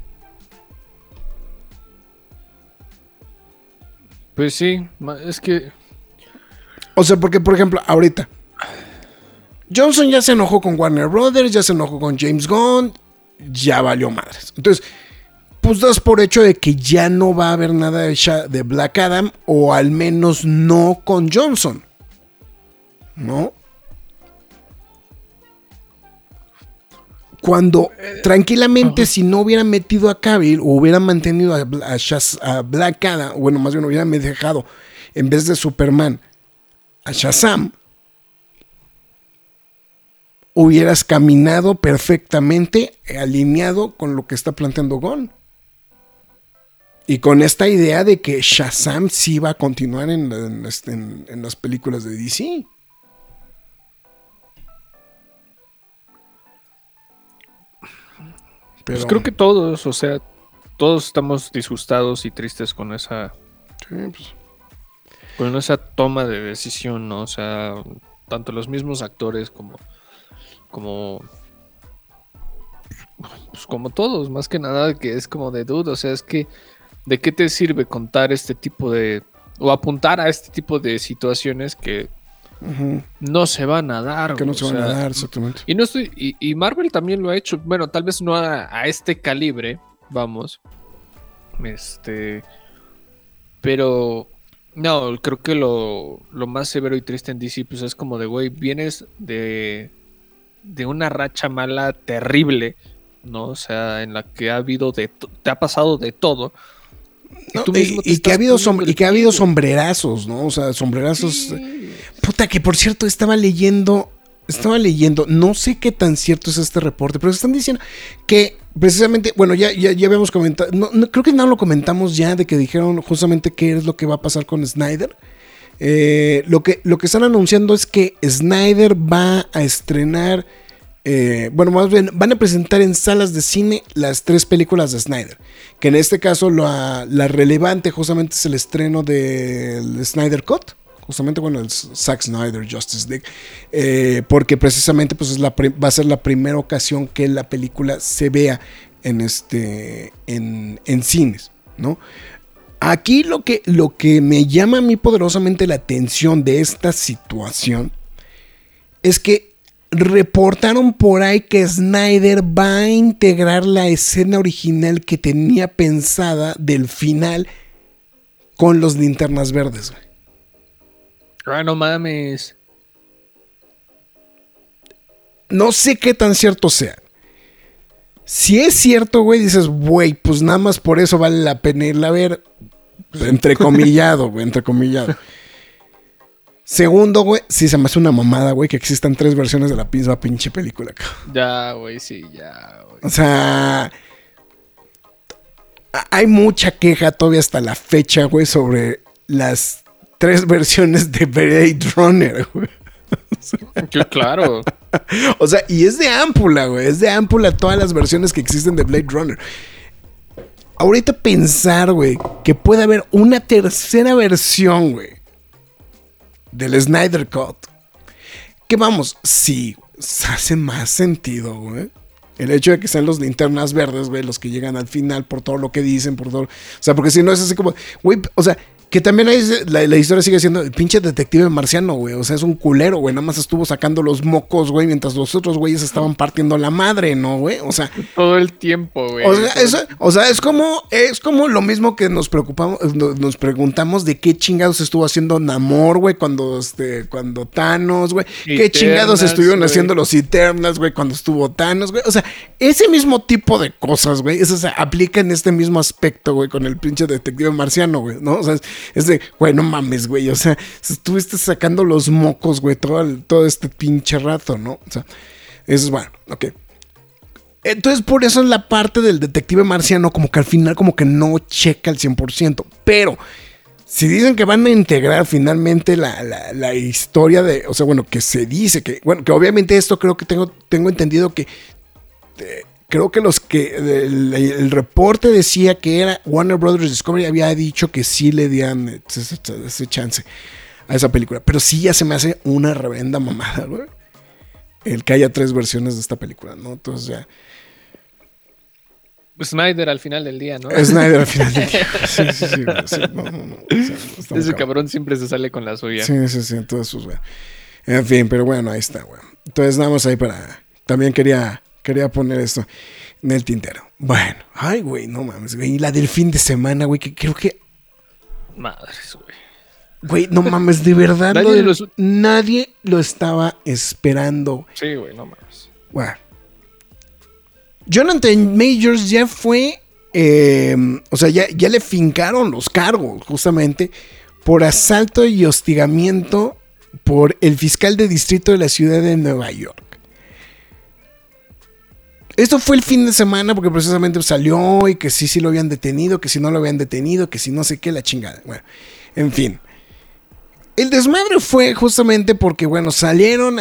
Pues sí, es que... O sea, porque, por ejemplo, ahorita, Johnson ya se enojó con Warner Brothers, ya se enojó con James Gunn, ya valió madres. Entonces, pues das por hecho de que ya no va a haber nada de Black Adam, o al menos no con Johnson, ¿no? Cuando tranquilamente, si no hubieran metido a Cavill o hubieran mantenido a Black Adam, bueno, más bien hubieran dejado en vez de Superman a Shazam, hubieras caminado perfectamente alineado con lo que está planteando Gunn. Y con esta idea de que Shazam sí va a continuar en las películas de DC. Pues creo que todos, o sea, todos estamos disgustados y tristes con esa... Sí, pues. Con esa toma de decisión, ¿no? O sea, tanto los mismos actores como todos, más que nada, que es como de duda, o sea, es que ¿de qué te sirve contar este tipo de... o apuntar a este tipo de situaciones que no se van a dar? Que no se van a dar, exactamente. Y no estoy... Y Marvel también lo ha hecho, bueno, tal vez no a este calibre, vamos. Pero... No, creo que lo más severo y triste en DC, pues es como de, güey, vienes de una racha mala terrible, ¿no? O sea, en la que ha habido te ha pasado de todo. No, y que ha habido sombrerazos, ¿no? O sea, sombrerazos. Sí. Puta, que por cierto, estaba leyendo, no sé qué tan cierto es este reporte, pero están diciendo que precisamente, bueno, ya habíamos comentado, no, creo que no lo comentamos ya, de que dijeron justamente qué es lo que va a pasar con Snyder. Lo que están anunciando es que Snyder va a estrenar, bueno, más bien van a presentar en salas de cine las 3 películas de Snyder, que en este caso la relevante justamente es el estreno del Snyder Cut. Justamente, bueno, el Zack Snyder Justice League, porque precisamente pues va a ser la primera ocasión que la película se vea en cines, ¿no? Aquí lo que me llama a mí poderosamente la atención de esta situación es que reportaron por ahí que Snyder va a integrar la escena original que tenía pensada del final con los Linternas Verdes, güey. Ah, no mames. No sé qué tan cierto sea. Si es cierto, güey, dices, güey, pues nada más por eso vale la pena irla a ver. Entrecomillado, güey, entrecomillado. Segundo, güey, sí se me hace una mamada, güey, que existan 3 versiones de la misma pinche película, cabrón. Ya, güey, sí, ya, güey. O sea, hay mucha queja todavía hasta la fecha, güey, sobre las 3 versiones de Blade Runner, güey. Claro. O sea, y es de ámpula, güey. Es de ámpula todas las versiones que existen de Blade Runner. Ahorita pensar, güey, que puede haber una tercera versión, güey, del Snyder Cut. Que vamos, sí, hace más sentido, güey. El hecho de que sean los Linternas Verdes, güey, los que llegan al final por todo lo que dicen, por todo. O sea, porque si no es así como, güey, o sea, que también hay, la historia sigue siendo el pinche detective marciano, güey. O sea, es un culero, güey. Nada más estuvo sacando los mocos, güey, mientras los otros güeyes estaban partiendo la madre, ¿no, güey? O sea, todo el tiempo, güey. O sea, es como lo mismo que nos preguntamos de qué chingados estuvo haciendo Namor, güey, cuando Thanos, güey. Qué chingados estuvieron haciendo los Eternals, güey, cuando estuvo Thanos, güey. O sea, ese mismo tipo de cosas, güey, eso se aplica en este mismo aspecto, güey, con el pinche detective marciano, güey, ¿no? O sea, es de, güey, no mames, güey. O sea, estuviste sacando los mocos, güey, todo este pinche rato, ¿no? O sea, eso es bueno, ok. Entonces, por eso en la parte del detective marciano, como que al final, como que no checa al 100%. Pero, si dicen que van a integrar finalmente la historia de, o sea, bueno, que se dice que, bueno, que obviamente esto creo que tengo entendido que. Creo que el reporte decía que era Warner Brothers Discovery había dicho que sí le dieran ese chance a esa película. Pero sí ya se me hace una reverenda mamada, güey. El que haya 3 versiones de esta película, ¿no? Entonces ya. Snyder al final del día, ¿no? Snyder al final del día. Sí. No. O sea, ese cabrón siempre se sale con la suya. Sí. Entonces, pues, bueno. En fin, pero bueno, ahí está, güey. Entonces, nada más ahí para... También quería poner esto en el tintero. Bueno, ay, güey, no mames, güey. Y la del fin de semana, güey, que creo que... Madres, güey. Güey, no mames, de verdad. Nadie nadie lo estaba esperando. Sí, güey, no mames. Bueno. Jonathan Majors ya fue... o sea, ya le fincaron los cargos, justamente, por asalto y hostigamiento por el fiscal de distrito de la ciudad de Nueva York. Esto fue el fin de semana porque precisamente salió y que sí lo habían detenido, que si no lo habían detenido, que si no sé qué, la chingada. Bueno, en fin. El desmadre fue justamente porque, bueno, salieron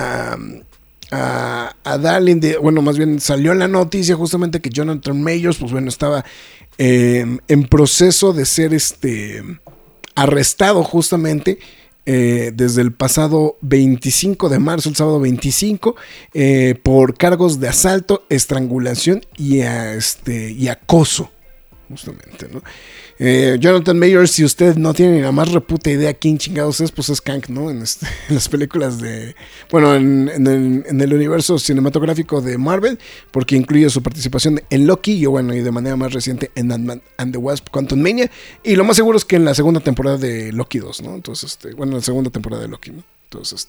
a darle, bueno, más bien salió la noticia justamente que Jonathan Majors, pues bueno, estaba en proceso de ser arrestado justamente desde el pasado 25 de marzo, el sábado 25, por cargos de asalto, estrangulación y acoso, justamente, ¿no? Jonathan Majors, si usted no tiene ni la más reputa idea quién chingados es, pues es Kang, ¿no? En las películas de... Bueno, en el universo cinematográfico de Marvel, porque incluye su participación en Loki y, bueno, y de manera más reciente en Ant-Man and the Wasp: Quantumania. Y lo más seguro es que en la segunda temporada de Loki 2, ¿no? Entonces, bueno, en la segunda temporada de Loki, ¿no? Entonces,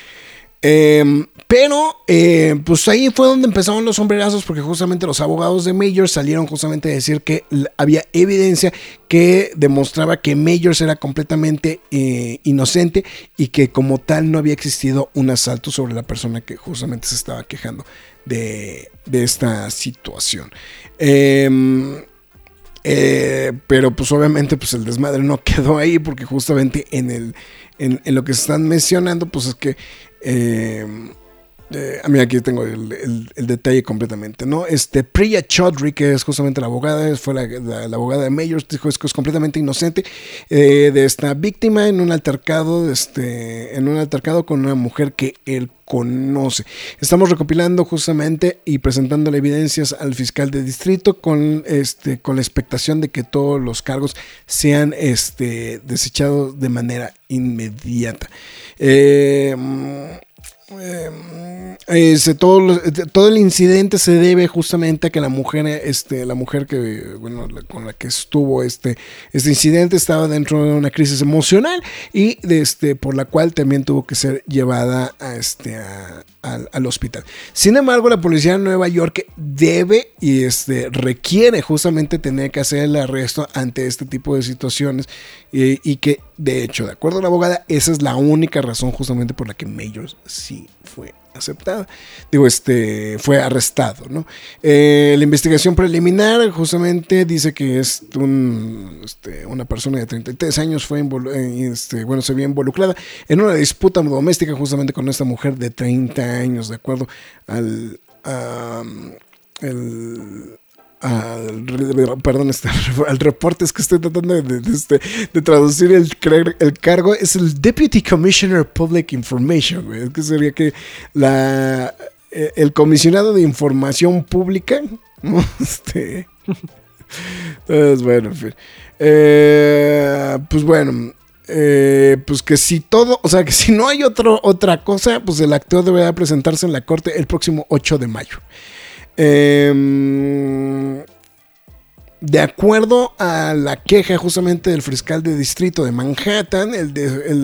pues ahí fue donde empezaron los sombrerazos, porque justamente los abogados de Majors salieron justamente a decir que había evidencia que demostraba que Majors era completamente inocente y que como tal no había existido un asalto sobre la persona que justamente se estaba quejando de esta situación. Pero pues obviamente pues el desmadre no quedó ahí, porque justamente en lo que se están mencionando pues es que a mí aquí tengo el detalle completamente, ¿no? Priya Chaudhry, que es justamente la abogada, fue la abogada de Majors, dijo que es completamente inocente de esta víctima en un altercado con una mujer que él conoce. Estamos recopilando justamente y presentándole evidencias al fiscal de distrito con la expectación de que todos los cargos sean desechados de manera inmediata. Todo el incidente se debe justamente a que la mujer que, bueno, con la que estuvo este incidente estaba dentro de una crisis emocional y por la cual también tuvo que ser llevada al hospital. Sin embargo, la policía de Nueva York debe y requiere justamente tener que hacer el arresto ante este tipo de situaciones y que, de hecho, de acuerdo a la abogada, esa es la única razón justamente por la que Majors sí fue aceptada. Fue arrestado, ¿no? La investigación preliminar justamente dice que es una persona de 33 años se vio involucrada en una disputa doméstica justamente con esta mujer de 30 años, de acuerdo al reporte. Es que estoy tratando de traducir el cargo. Es el Deputy Commissioner Public Information, güey. Es que sería que el comisionado de información pública, ¿no? Entonces, bueno, en fin. Pues bueno. Pues que si todo, o sea, que si no hay otra cosa, pues el actor deberá presentarse en la corte el próximo 8 de mayo. De acuerdo a la queja justamente del fiscal de distrito de Manhattan, el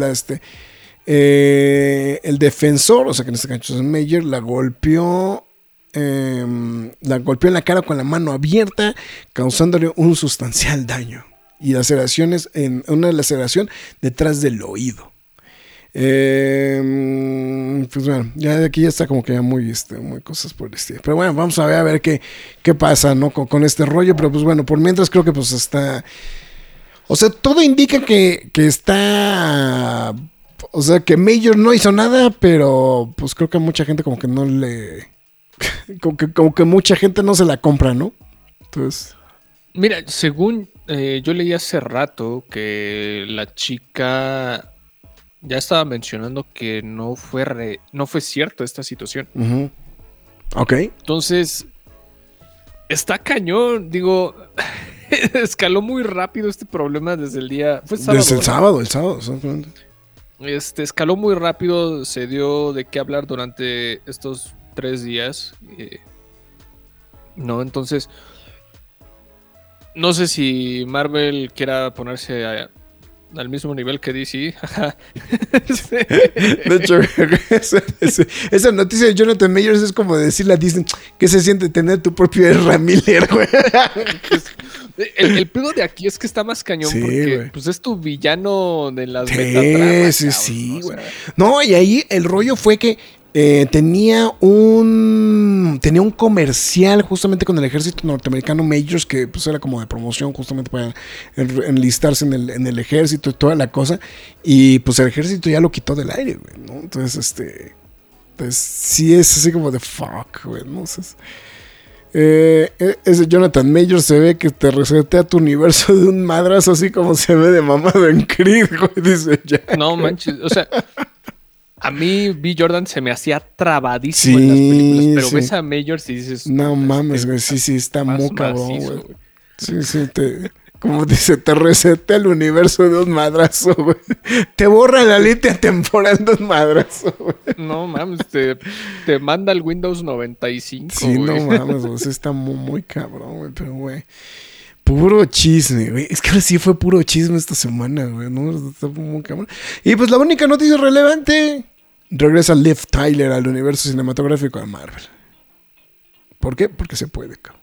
defensor, o sea que en este caso es Major, la golpeó en la cara con la mano abierta, causándole un sustancial daño y laceraciones una laceración detrás del oído. Pues bueno, ya de aquí ya está como que ya muy cosas por el estilo. Pero bueno, vamos a ver qué pasa, ¿no? Con este rollo. Pero pues bueno, por mientras creo que pues está. O sea, todo indica que está. O sea, que Major no hizo nada, pero pues creo que mucha gente como que no le. Como que mucha gente no se la compra, ¿no? Entonces. Mira, según yo leí hace rato que la chica ya estaba mencionando que no fue cierto esta situación. Uh-huh. Ok. Entonces, está cañón. Digo, escaló muy rápido este problema desde el día... Fue sábado. Desde el sábado, exactamente. escaló muy rápido, se dio de qué hablar durante estos 3 días. ¿No? Entonces, no sé si Marvel quiera ponerse al mismo nivel que DC. De hecho, esa noticia de Jonathan Majors es como decirle a Disney que se siente tener tu propio Ezra Miller, güey. El pedo de aquí es que está más cañón, Sí, porque güey. pues es tu villano de las metatramas. Sí, cabrón, güey. o sea, No, y ahí el rollo fue que tenía un comercial justamente con el ejército norteamericano Majors, que pues era como de promoción justamente para enlistarse en el ejército y toda la cosa. Y pues el ejército ya lo quitó del aire, güey, ¿no? Entonces, pues sí es así como de fuck, güey, ¿no? Entonces, ese Jonathan Majors se ve que te resetea tu universo de un madrazo así como se ve de mamado en Creed, güey, dice ya. no manches, o sea, a mí B. Jordan se me hacía trabadísimo Sí, en las películas, pero sí. ves a Majors y dices... No "Puta, mames, güey, sí, está más muy cabrón, macizo, güey. Sí, como dice, te resetea el universo de un madrazo, güey. Te borra la línea temporal de un madrazo, güey. No mames, te manda al Windows 95, Sí, güey. no mames, güey, sí está muy cabrón, güey, pero, güey. Puro chisme, güey. Es que ahora sí fue puro chisme esta semana, güey, ¿no? Está muy cabrón. Y pues la única noticia relevante, regresa Liv Tyler al universo cinematográfico de Marvel. ¿Por qué? Porque se puede, cabrón.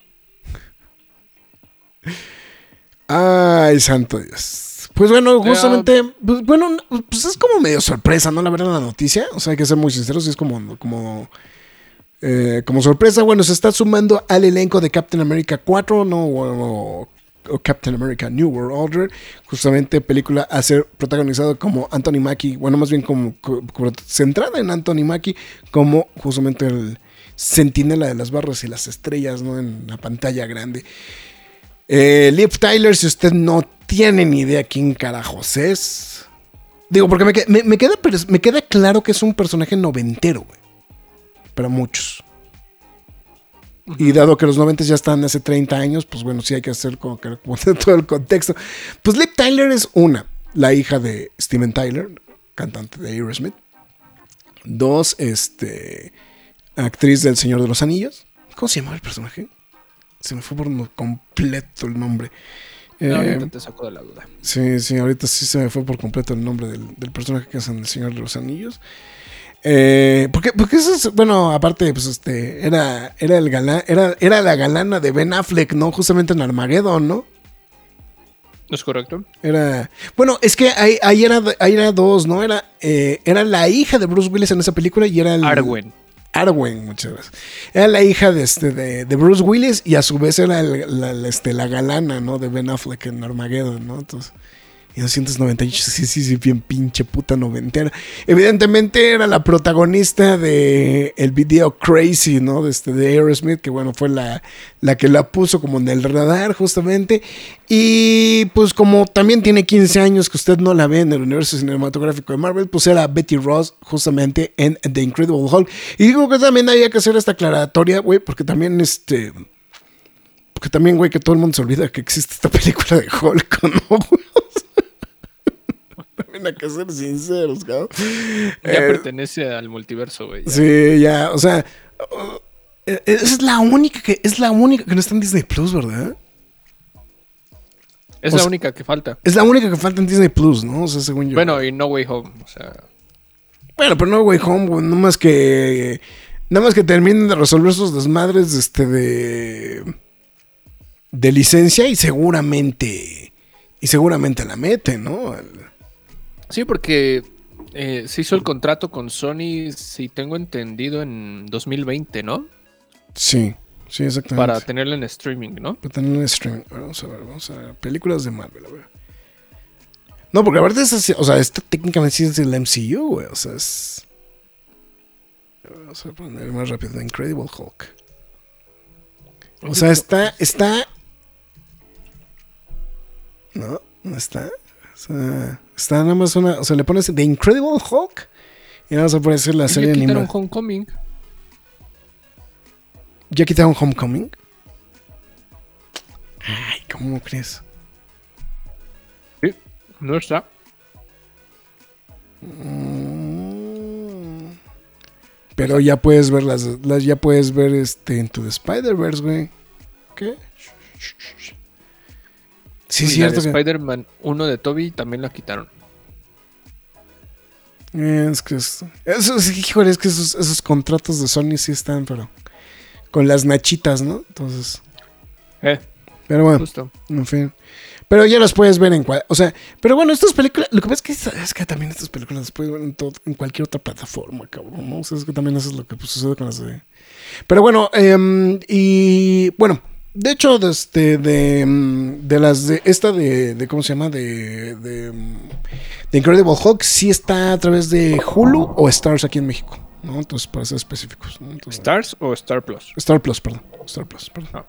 Ay, santo Dios. Pues bueno, justamente, pues, bueno, pues es como medio sorpresa, ¿no? La verdad, la noticia. O sea, hay que ser muy sinceros, es como sorpresa. Bueno, se está sumando al elenco de Captain America 4, ¿no? O Captain America New World Order. Justamente película a ser protagonizado como Anthony Mackie. Bueno, más bien como centrada en Anthony Mackie como justamente el centinela de las barras y las estrellas, ¿no? En la pantalla grande. Liv Tyler, si usted no tiene ni idea quién carajos es. Digo, porque me queda claro que es un personaje noventero, güey. Para muchos. Y dado que los 90 ya están hace 30 años, pues bueno, sí hay que hacer como todo el contexto. Pues Liv Tyler es la hija de Steven Tyler, cantante de Aerosmith. 2, actriz del Señor de los Anillos. ¿Cómo se llamaba el personaje? Se me fue por completo el nombre. Ahorita te saco de la duda. Sí, ahorita sí se me fue por completo el nombre del personaje que hace en El Señor de los Anillos. Porque eso es, bueno, aparte, pues era el galán, era la galana de Ben Affleck, ¿no? Justamente en Armageddon, ¿no? ¿Es correcto? Bueno, es que ahí era dos, ¿no? Era la hija de Bruce Willis en esa película y era Arwen, muchas gracias. Era la hija de Bruce Willis y a su vez era la galana, ¿no? De Ben Affleck en Armageddon, ¿no? Entonces, 1998, sí, bien pinche puta noventera. Evidentemente era la protagonista de el video Crazy, ¿no? De Aerosmith, que bueno, fue la que la puso como en el radar justamente. Y pues como también tiene 15 años que usted no la ve en el universo cinematográfico de Marvel, pues era Betty Ross justamente en The Incredible Hulk. Y digo que también había que hacer esta aclaratoria, güey, porque también güey, que todo el mundo se olvida que existe esta película de Hulk, ¿no, güey? También hay que ser sinceros, cabrón. Ya pertenece al multiverso, güey. Sí, ya, o sea, es la única que no está en Disney Plus, ¿verdad? Es la única que falta. Es la única que falta en Disney Plus, ¿no? O sea, según yo. Bueno, y No Way Home, o sea. Bueno, pero No Way Home, güey, nada más que terminen de resolver sus desmadres de licencia y seguramente la meten, ¿no? Sí, porque se hizo el contrato con Sony, si tengo entendido, en 2020, ¿no? Sí, exactamente. Para tenerla en streaming, ¿no? Para tenerla en streaming. Vamos a ver. Películas de Marvel, a ver. No, porque aparte esta técnicamente sí es del MCU, güey. O sea, es... Vamos a poner más rápido. The Incredible Hulk. O sea, está... No está. O sea, está nada más una... O sea, le pones The Incredible Hulk y nada más aparece la serie animada. Ya quitaron Homecoming. ¿Ya quitaron Homecoming? Ay, ¿cómo crees? Sí, no está. Pero ya puedes ver ya puedes ver Into the Spider-Verse, güey. ¿Qué? Sí, es Y la de cierto. Spider-Man 1 de Toby también la quitaron. Es que híjole, es que esos contratos de Sony sí están, pero con las nachitas, ¿no? Entonces. Pero bueno, Justo. en fin. Pero ya las puedes ver o sea, pero bueno, estas películas, lo que pasa es que también estas películas las puedes ver en cualquier otra plataforma, cabrón, ¿no? O sea, es que también eso es lo que sucede con las de... Pero bueno, y bueno, de hecho, de las de esta de ¿cómo se llama? De Incredible Hulk, sí está a través de Hulu o Stars aquí en México, ¿no? Entonces, para ser específicos, ¿no? Entonces, ¿Stars o Star Plus? Star Plus, perdón. Star Plus, perdón. Ah.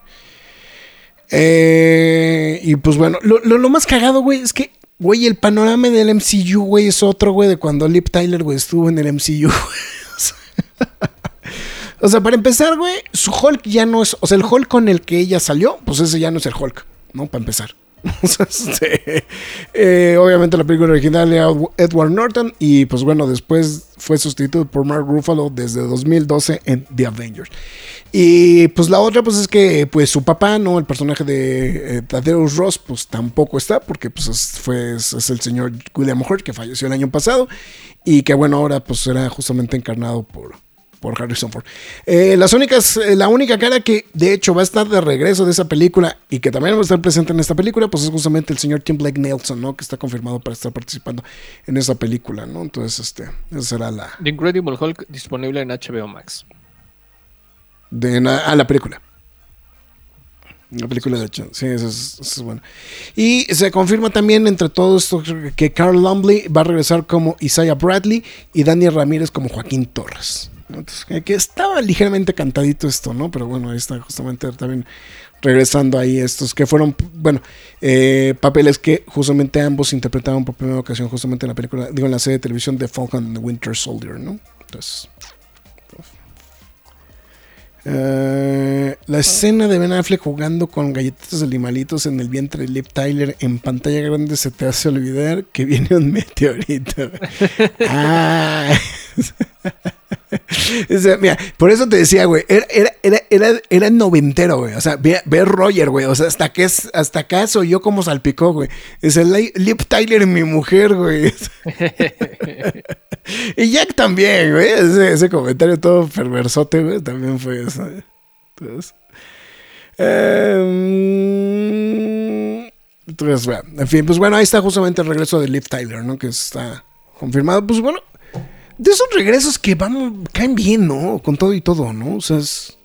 Y pues bueno, lo más cagado, güey, es que, güey, el panorama del MCU, güey, es otro, güey, de cuando Liv Tyler, güey, estuvo en el MCU, güey. O sea, para empezar, güey, su Hulk ya no es... O sea, el Hulk con el que ella salió, pues ese ya no es el Hulk, ¿no? Para empezar. O sea, obviamente la película original era Edward Norton y pues bueno, después fue sustituido por Mark Ruffalo desde 2012 en The Avengers. Y pues la otra pues es que pues su papá, ¿no? El personaje de Thaddeus Ross pues tampoco está porque pues es el señor William Hurt que falleció el año pasado y que bueno, ahora pues será justamente encarnado por Harrison Ford. La única cara que de hecho va a estar de regreso de esa película y que también va a estar presente en esta película, pues es justamente el señor Tim Blake Nelson, ¿no? Que está confirmado para estar participando en esa película, ¿no? Entonces, esa será The Incredible Hulk disponible en HBO Max. La película. La película de hecho, sí, eso es bueno. Y se confirma también entre todo esto que Carl Lumbly va a regresar como Isaiah Bradley y Daniel Ramírez como Joaquín Torres. Entonces, que estaba ligeramente cantadito esto, ¿no? Pero bueno, ahí está justamente también regresando ahí estos que fueron, bueno, papeles que justamente ambos interpretaron por primera ocasión justamente en la película, digo, en la serie de televisión de Falcon and the Winter Soldier, ¿no? Entonces... la escena de Ben Affleck jugando con galletitas de limalitos en el vientre de Liv Tyler en pantalla grande se te hace olvidar que viene un meteorito. O sea, mira, por eso te decía, güey, era noventero, güey. O sea, ve Roger, güey. O sea, hasta acá soy yo como salpicó, güey. Es el Liv Tyler y mi mujer, güey. Y Jack también, güey. Ese comentario todo perversote, güey, también fue eso. Entonces, bueno, en fin, pues bueno, ahí está justamente el regreso de Liv Tyler, ¿no? Que está confirmado. Pues bueno, de esos regresos que caen bien, ¿no? Con todo y todo, ¿no? O sea,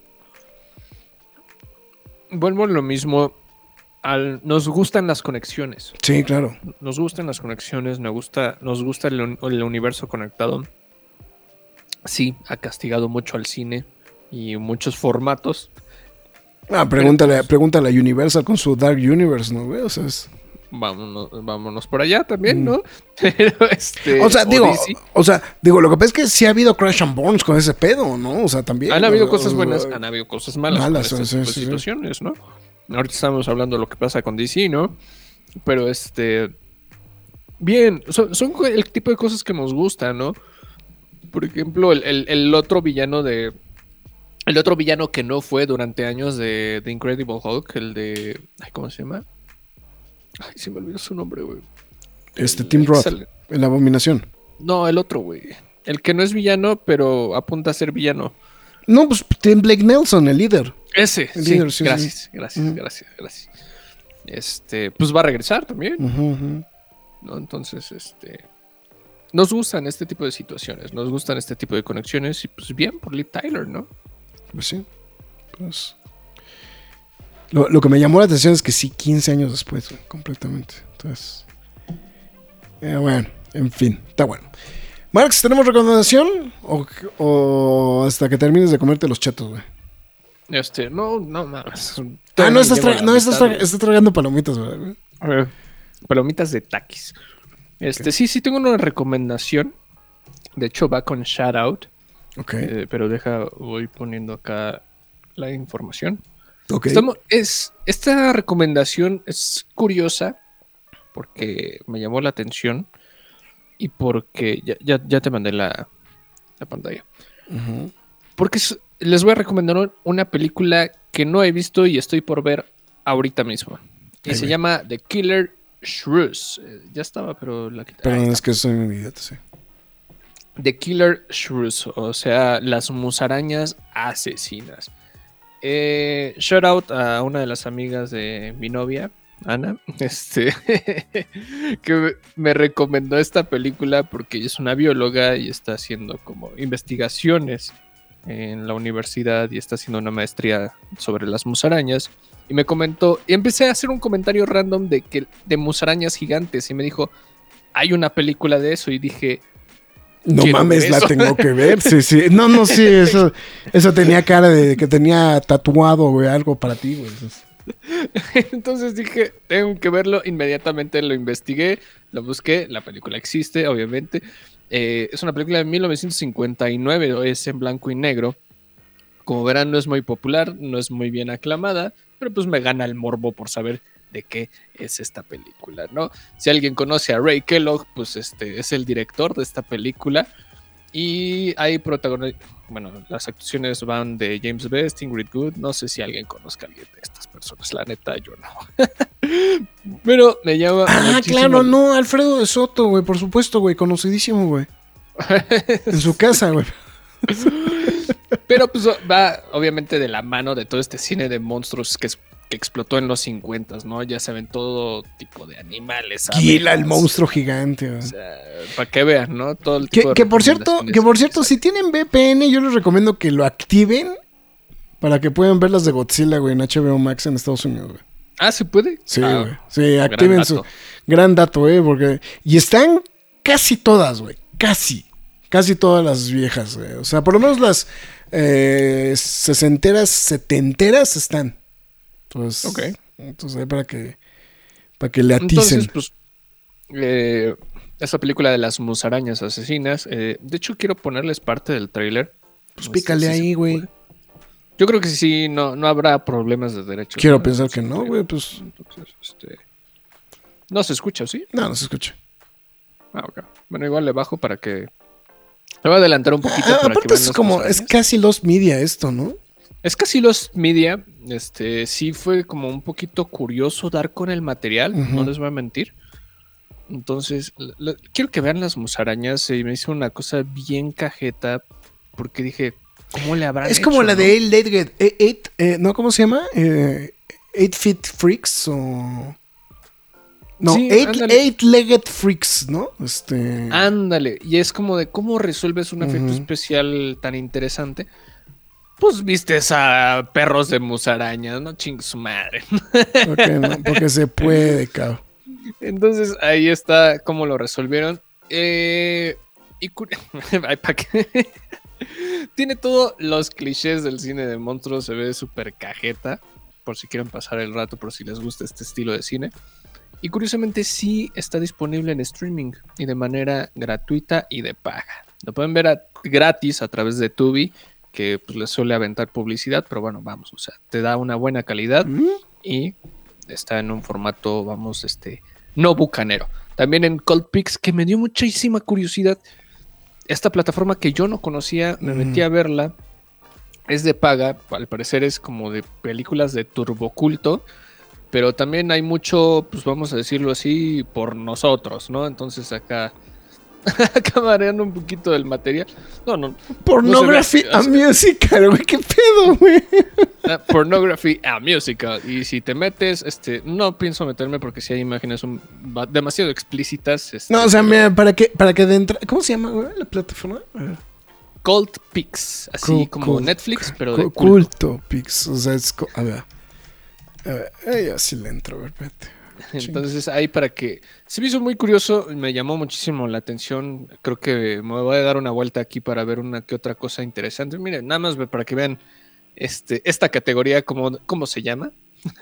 Vuelvo a lo mismo. Nos gustan las conexiones. Sí, claro. Nos gustan las conexiones, nos gusta el universo conectado. Sí, ha castigado mucho al cine y muchos formatos. Pregúntale a Universal con su Dark Universe, ¿no, güey? O sea, vámonos por allá también, ¿no? Pero o sea, digo, lo que pasa es que sí ha habido Crash and Burns con ese pedo, ¿no? O sea, también. Han habido cosas buenas, han habido cosas malas con este tipo de sí. situaciones, ¿no? Ahorita estamos hablando de lo que pasa con DC, ¿no? Pero bien, son el tipo de cosas que nos gustan, ¿no? Por ejemplo, el otro villano que no fue durante años de The Incredible Hulk, el de... ¿Cómo se llama? Ay, se me olvidó su nombre, güey. Tim Roth, la Abominación. No, el otro, güey. El que no es villano, pero apunta a ser villano. No, pues Tim Blake Nelson, el líder. Ese, el líder, sí. Gracias. Pues va a regresar también. ¿No? Entonces, nos gustan este tipo de situaciones, nos gustan este tipo de conexiones y pues bien por Liv Tyler, ¿no? Pues sí. Pues... Lo que me llamó la atención es que sí, 15 años después, completamente. Entonces, bueno, en fin, está bueno. Marx, ¿tenemos recomendación? ¿O hasta que termines de comerte los chetos, güey? No mames. Estás tragando palomitas, ¿verdad, güey? Palomitas de Takis. Okay. Sí, tengo una recomendación. De hecho, va con shout out. Ok. Pero voy poniendo acá la información. Okay. Esta recomendación es curiosa porque me llamó la atención. y porque ya te mandé la pantalla. Ujú. Porque les voy a recomendar una película que no he visto y estoy por ver ahorita mismo. Y Ay, se güey. llama The Killer Shrews. Ya estaba, pero la quité. Perdón, es que soy un idiota, sí. The Killer Shrews, o sea, las musarañas asesinas. Shout out a una de las amigas de mi novia, Ana, que me recomendó esta película porque ella es una bióloga y está haciendo como investigaciones en la universidad y está haciendo una maestría sobre las musarañas. Y me comentó, y empecé a hacer un comentario random de musarañas gigantes y me dijo, hay una película de eso y dije, No quiero mames, ver la eso. tengo que ver. Sí, sí. No, sí, eso tenía cara de que tenía tatuado, güey, algo para ti, güey. Entonces dije, tengo que verlo. Inmediatamente lo investigué, lo busqué. La película existe, obviamente. Es una película de 1959, es en blanco y negro. Como verán, no es muy popular, no es muy bien aclamada, pero pues me gana el morbo por saber de qué es esta película, ¿no? Si alguien conoce a Ray Kellogg, pues es el director de esta película. Y hay protagonistas, bueno, las actuaciones van de James Best, Ingrid Good, no sé si alguien conozca a alguien de estas personas, la neta yo no. Pero me llama muchísimo. Claro, no, Alfredo de Soto, güey, por supuesto, güey, conocidísimo, güey. En su casa, güey. Pero pues va obviamente de la mano de todo este cine de monstruos que explotó en los 50, ¿no? Ya se ven todo tipo de animales. Gila, el abejas, monstruo gigante, güey. O sea, para que vean, ¿no? Todo el tipo de Que por cierto, recomendaciones. si tienen VPN, yo les recomiendo que lo activen para que puedan ver las de Godzilla, güey, en HBO Max en Estados Unidos, güey. Ah, ¿se puede? Sí, Ah, güey. Sí, activen su dato. gran dato, porque y están casi todas, güey. Casi todas las viejas, güey. O sea, por lo menos las sesenteras, setenteras están. Pues, Ok. Entonces, ahí para que le aticen. Entonces, pues, esta película de las musarañas asesinas, de hecho quiero ponerles parte del tráiler. Pues No sé pícale si se ahí, güey. puede. Yo creo que sí, no habrá problemas de derechos. Quiero ¿no? pensar que no, güey, pues. Entonces, no se escucha, ¿sí? No se escucha. Ah, ok. Bueno, igual le bajo para que... Le voy a adelantar un poquito para que Aparte vean es las como, musarañas. es casi Lost Media esto, ¿no? Es casi Lost Media. Sí fue como un poquito curioso dar con el material, no les voy a mentir. Entonces, quiero que vean las musarañas. Y me hizo una cosa bien cajeta. Porque dije, ¿cómo le habrán Es hecho, como la no? de ¿no? ¿Cómo se llama? 8-Feet Freaks o... No, Sí, ándale. Eight-Legged Freaks, ¿no? Ándale. Y es como de cómo resuelves un efecto especial tan interesante. Pues vistes a perros de musarañas, no chingue su madre. Porque se puede, cabrón. Entonces ahí está cómo lo resolvieron. Ay, ¿pa' qué? Tiene todos los clichés del cine de monstruos, se ve súper cajeta. Por si quieren pasar el rato, por si les gusta este estilo de cine. Y curiosamente sí está disponible en streaming y de manera gratuita y de paga. Lo pueden ver gratis a través de Tubi, que pues les suele aventar publicidad, pero bueno, vamos, o sea, te da una buena calidad y está en un formato, vamos, no bucanero. También en Coldpix, que me dio muchísima curiosidad. Esta plataforma que yo no conocía, me metí a verla. Es de paga, al parecer es como de películas de turboculto, pero también hay mucho, pues vamos a decirlo así, por nosotros, ¿no? Entonces acá mareando un poquito del material. No. Pornography no se ve, a musical, güey. ¿Qué pedo, güey? Pornography a musical. Y si te metes, no pienso meterme porque si hay imágenes demasiado explícitas. No, o sea, mira, para que de entrada... ¿Cómo se llama, güey, la plataforma? Cult Pix, así como Netflix, pero de culto. Culto Pix, o sea, es... A ver, así le entro, a ver, espérate. Entonces ahí para que... Se me hizo muy curioso, me llamó muchísimo la atención. Creo que me voy a dar una vuelta aquí para ver una que otra cosa interesante. Miren, nada más para que vean esta categoría, ¿cómo se llama?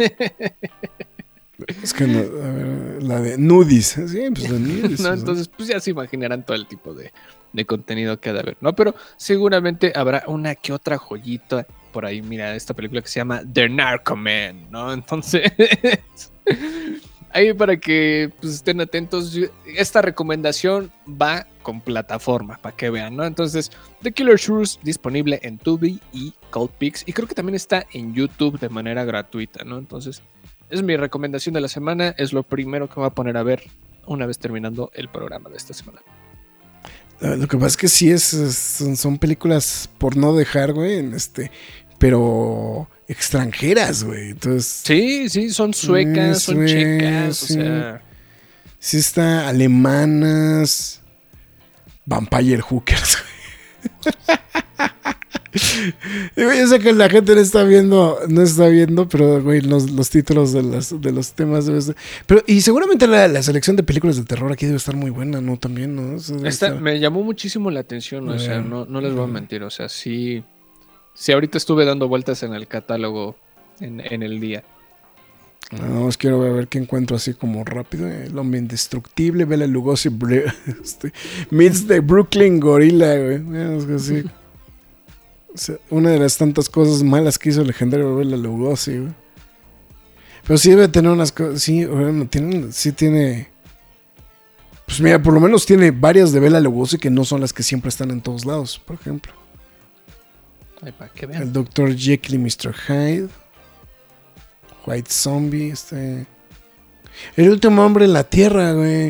Es que no, a ver, la de nudis, sí, pues de nudis. ¿No? Entonces, pues ya se imaginarán todo el tipo de contenido que ha de haber, ¿no? Pero seguramente habrá una que otra joyita por ahí. Mira, esta película que se llama The Narcoman, ¿no? Entonces, ahí para que pues, estén atentos. Esta recomendación va con plataforma, para que vean, ¿no? Entonces, The Killer Shrews disponible en Tubi y Coldpix. Y creo que también está en YouTube de manera gratuita, ¿no? Entonces, es mi recomendación de la semana. Es lo primero que voy a poner a ver una vez terminando el programa de esta semana. Lo que pasa es que sí son películas por no dejar, güey, pero extranjeras, güey. Entonces, Sí, son suecas, son checas, sí. o sea... Sí está alemanas, Vampire Hookers, güey. Digo, yo sé que la gente no está viendo, pero güey, los títulos de los temas pero y seguramente la selección de películas de terror aquí debe estar muy buena, ¿no? También, ¿no? Me llamó muchísimo la atención, o sea, no les voy a mentir, o sea, sí ahorita estuve dando vueltas en el catálogo en el día. No, quiero ver qué encuentro así como rápido. El hombre indestructible, Bela Lugosi meets the Brooklyn Gorilla, güey. Así. O sea, una de las tantas cosas malas que hizo el legendario Bela Lugosi, güey. Pero sí debe tener unas cosas. Sí, bueno, tiene. Pues mira, por lo menos tiene varias de Bela Lugosi que no son las que siempre están en todos lados, por ejemplo. Ay, para que vean. El Dr. Jekyll y Mr. Hyde. White Zombie, El último hombre en la Tierra, güey.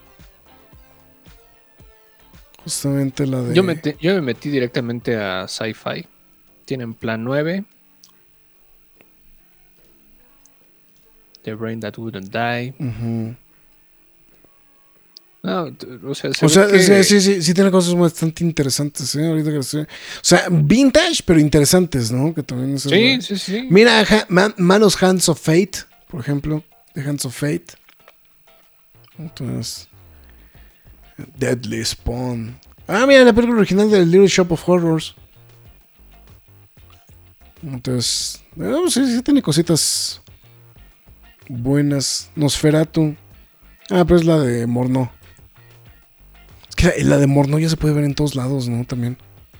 Justamente la de... Yo me metí directamente a Sci-Fi. Tienen Plan 9. The Brain That Wouldn't Die. Uh-huh. No, o sea, sí tiene cosas bastante interesantes, ¿eh? Ahorita que o sea, vintage, pero interesantes, ¿no? Que también sí. Mira, Manos Hands of Fate, por ejemplo. The Hands of Fate. Entonces, Deadly Spawn. Ah, mira, la película original de Little Shop of Horrors. Entonces, sí tiene cositas buenas. Nosferatu. Ah, pero es la de Morneau. Es que la de Morneau ya se puede ver en todos lados, ¿no? También.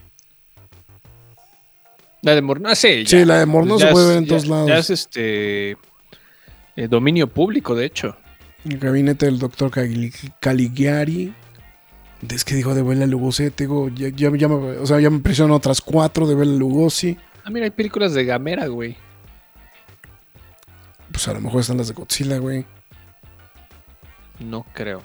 La de Morneau, sí. Sí, la de Morneau se puede ver en todos lados. Ya es dominio público, de hecho. El gabinete del doctor Caligari. Es que digo de Bela Lugosi, te digo, ya me impresionan otras 4 de Bela Lugosi. Ah, mira, hay películas de Gamera, güey. Pues a lo mejor están las de Godzilla, güey. No creo.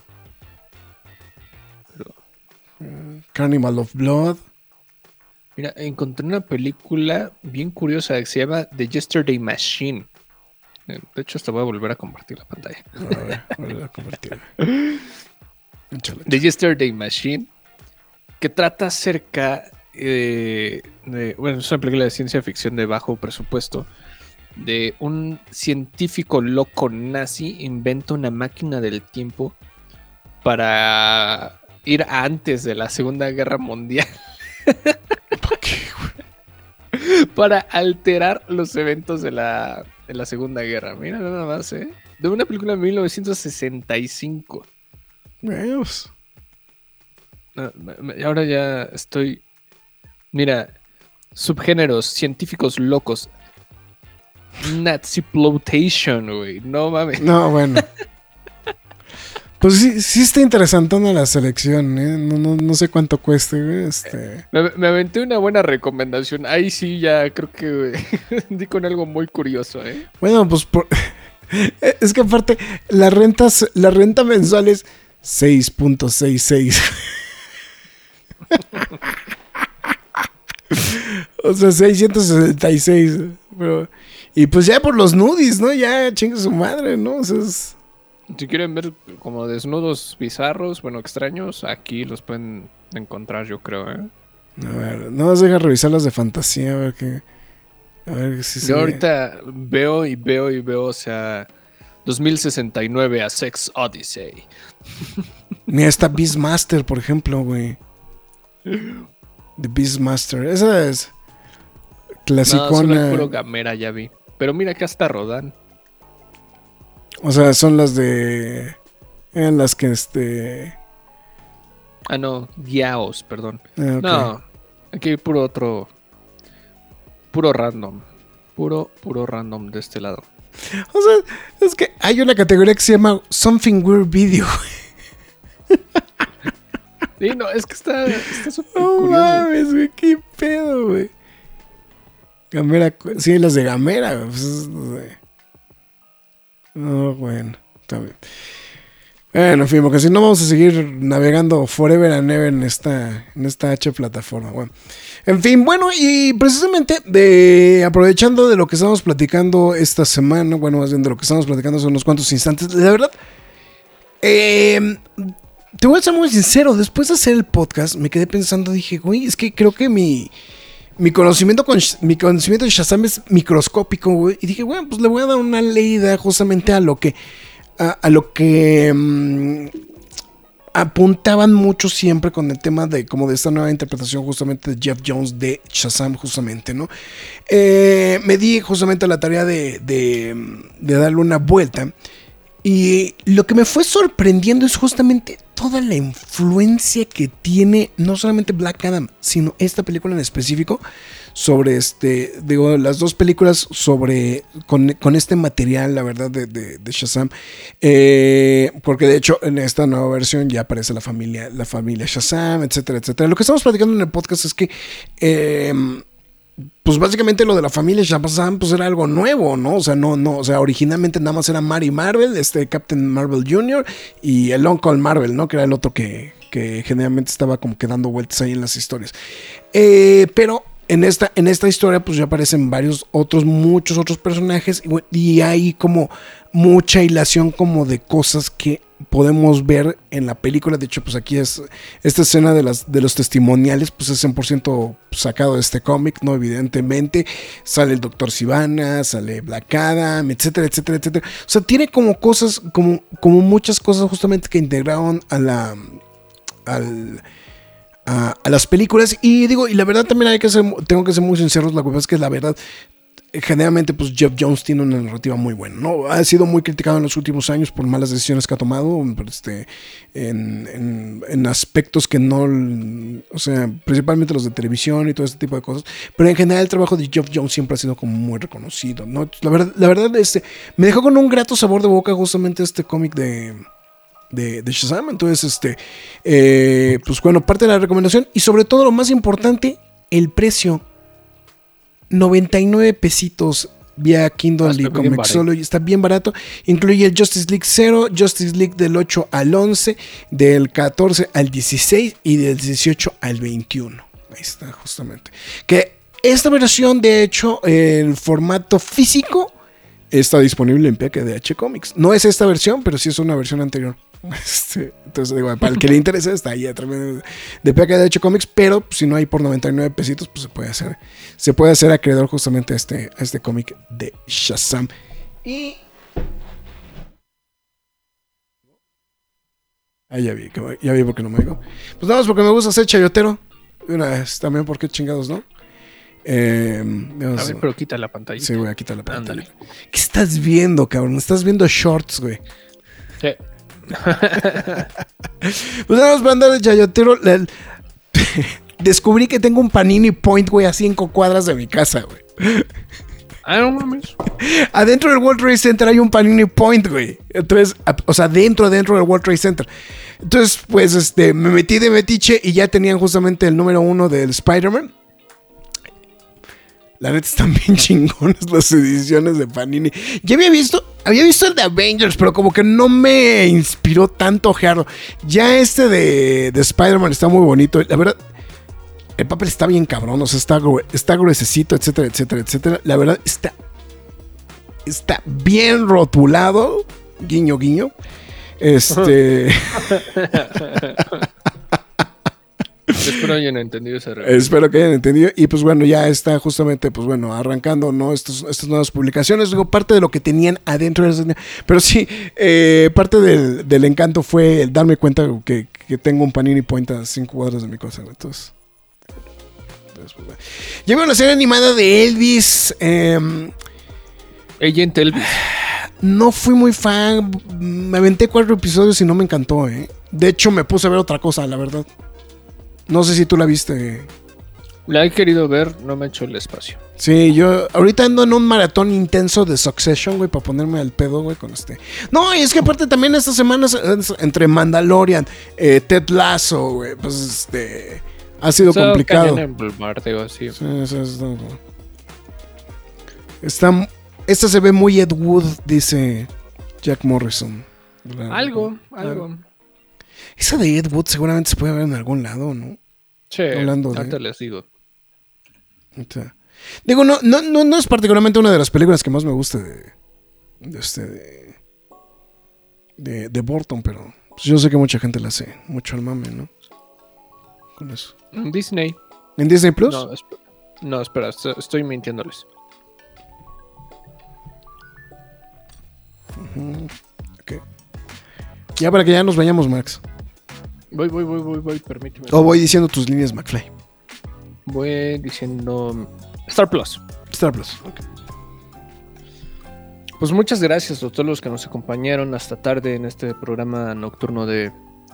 Carnival of Blood. Mira, encontré una película bien curiosa que se llama The Yesterday Machine. De hecho, hasta voy a volver a compartir la pantalla. A ver, voy a compartirla. The Yesterday Machine, que trata acerca bueno, es una película de ciencia ficción de bajo presupuesto, de un científico loco nazi inventa una máquina del tiempo para ir antes de la Segunda Guerra Mundial. ¿Por qué, güey? Para alterar los eventos de la Segunda Guerra. Mira nada más, ¿eh? De una película de 1965. Dios. Ahora ya estoy... Mira, subgéneros, científicos locos. Naziploitation, güey. No mames. No, bueno. Pues sí está interesantona la selección, ¿eh? No sé cuánto cueste, güey. Me aventé una buena recomendación. Ahí sí ya creo que di con algo muy curioso, ¿eh? Bueno, pues es que aparte la renta mensual es 6.66. O sea, 666. Y pues ya por los nudis, ¿no? Ya chingue su madre, ¿no? O sea, si quieren ver como desnudos bizarros, bueno, extraños, aquí los pueden encontrar, yo creo, ¿eh? A ver, no nos deja revisar las de fantasía, a ver si yo ahorita veo, o sea, 2069 a Sex Odyssey. Mira, está Beastmaster, por ejemplo, güey. The Beastmaster. Esa es clasicona. No, puro Gamera, ya vi. Pero mira que hasta Rodan. O sea, son las de... Eran las que Ah, no, Giaos, perdón. Okay. No, aquí hay puro random. Puro random de este lado. O sea, es que hay una categoría que se llama Something Weird Video. Sí, no, es que está súper No curioso. mames, güey, qué pedo, güey. Gamera, sí, las de Gamera, güey. Pues, no, bueno, está bien. Bueno, en fin, porque si no vamos a seguir navegando forever and ever en esta H plataforma. Bueno, en fin, bueno, y precisamente aprovechando de lo que estamos platicando esta semana, bueno, más bien de lo que estamos platicando hace unos cuantos instantes, la verdad, te voy a ser muy sincero, después de hacer el podcast me quedé pensando, dije, güey, es que creo que mi conocimiento de Shazam es microscópico, güey, y dije, bueno, pues le voy a dar una leída justamente a lo que apuntaban mucho siempre con el tema de como de esta nueva interpretación justamente de Geoff Johns de Shazam, justamente, ¿no? Me di justamente la tarea de darle una vuelta. Y lo que me fue sorprendiendo es justamente toda la influencia que tiene no solamente Black Adam, sino esta película en específico sobre las dos películas con este material, la verdad, de Shazam. Porque de hecho en esta nueva versión ya aparece la familia Shazam, etcétera, etcétera. Lo que estamos platicando en el podcast es que pues básicamente lo de la familia Shazam pues era algo nuevo, ¿no? O sea, originalmente nada más era Mary Marvel, Captain Marvel Jr. y el Uncle Marvel, ¿no? Que era el otro que generalmente estaba como que dando vueltas ahí en las historias. Pero en esta historia pues ya aparecen muchos otros personajes y hay como mucha hilación como de cosas que podemos ver en la película. De hecho, pues aquí es esta escena de los testimoniales, pues es 100% sacado de este cómic, ¿no? Evidentemente sale el Dr. Sivana, sale Black Adam, etcétera, etcétera, etcétera. O sea, tiene como cosas, como muchas cosas justamente que integraron a las películas. Y la verdad también tengo que ser muy sinceros, la verdad es que la verdad, generalmente pues Geoff Johns tiene una narrativa muy buena, ¿no? Ha sido muy criticado en los últimos años por malas decisiones que ha tomado, en aspectos que no, o sea, principalmente los de televisión y todo este tipo de cosas, pero en general el trabajo de Geoff Johns siempre ha sido como muy reconocido, ¿no? La verdad me dejó con un grato sabor de boca justamente este cómic de Shazam. Entonces, pues bueno, parte de la recomendación y sobre todo lo más importante, el precio. 99 pesitos vía Kindle y Comixology, está bien barato. Incluye el Justice League 0, Justice League del 8 al 11, del 14 al 16 y del 18 al 21. Ahí está, justamente. Que esta versión, de hecho, el formato físico está disponible en PKDH Comics. No es esta versión, pero sí es una versión anterior. Entonces para el que le interese está ahí a través de PKDH Comics, pero si no hay por 99 pesitos, pues se puede hacer acreedor justamente a este cómic de Shazam. Y ya vi porque no me digo. Pues nada más porque me gusta ser chayotero. Una vez también porque chingados, ¿no? A ver, pero quita la pantalla. Sí, voy a quitar la pantalla. Ándale. ¿Qué estás viendo, cabrón? Estás viendo shorts, güey. Sí. Pues vamos a andar de chayotero. Descubrí que tengo un Panini Point, güey, a 5 cuadras de mi casa, güey. No mames. Adentro del World Trade Center hay un Panini Point, güey. Entonces, o sea, dentro del World Trade Center. Entonces, pues, me metí de metiche y ya tenían justamente el número 1 del Spider-Man. La neta están bien chingones las ediciones de Panini. Ya había visto el de Avengers, pero como que no me inspiró tanto ojearlo. Ya de Spider-Man está muy bonito. La verdad, el papel está bien cabrón. O sea, está gruesecito, etcétera, etcétera, etcétera. La verdad, está bien rotulado. Guiño, guiño. Espero hayan entendido ese referencia. Espero que hayan entendido. Y pues bueno, ya está justamente, pues bueno, arrancando, ¿no? Estas nuevas publicaciones. Digo, parte de lo que tenían adentro de las... Pero sí, parte del encanto fue el darme cuenta que tengo un Panini Point a 5 cuadras de mi casa. Entonces pues, bueno. Ya veo la serie animada de Elvis. Agent Elvis. No fui muy fan. Me aventé 4 episodios y no me encantó, ¿eh? De hecho, me puse a ver otra cosa, la verdad. No sé si tú la viste. La he querido ver, no me he hecho el espacio. Sí, yo ahorita ando en un maratón intenso de Succession, güey, para ponerme al pedo, güey, con este. No, y es que aparte también estas semanas entre Mandalorian, Ted Lasso, güey, pues ha sido complicado. En bombardeo, sí. Esta se ve muy Ed Wood, dice Jack Morrison. Algo. Esa de Ed Wood seguramente se puede ver en algún lado, ¿no? Sí, Hablando ahorita les digo. Digo, no es particularmente una de las películas que más me gusta de Burton, pero pues yo sé que mucha gente la hace mucho al mame, ¿no? Con eso. Disney. ¿En Disney Plus? No, espera, estoy mintiéndoles. Ok. Ya para que ya nos vayamos, Max. Voy, permíteme. O voy diciendo tus líneas, McFly. Voy diciendo Star Plus. Star Plus. Okay. Pues muchas gracias a todos los que nos acompañaron hasta tarde en este programa nocturno de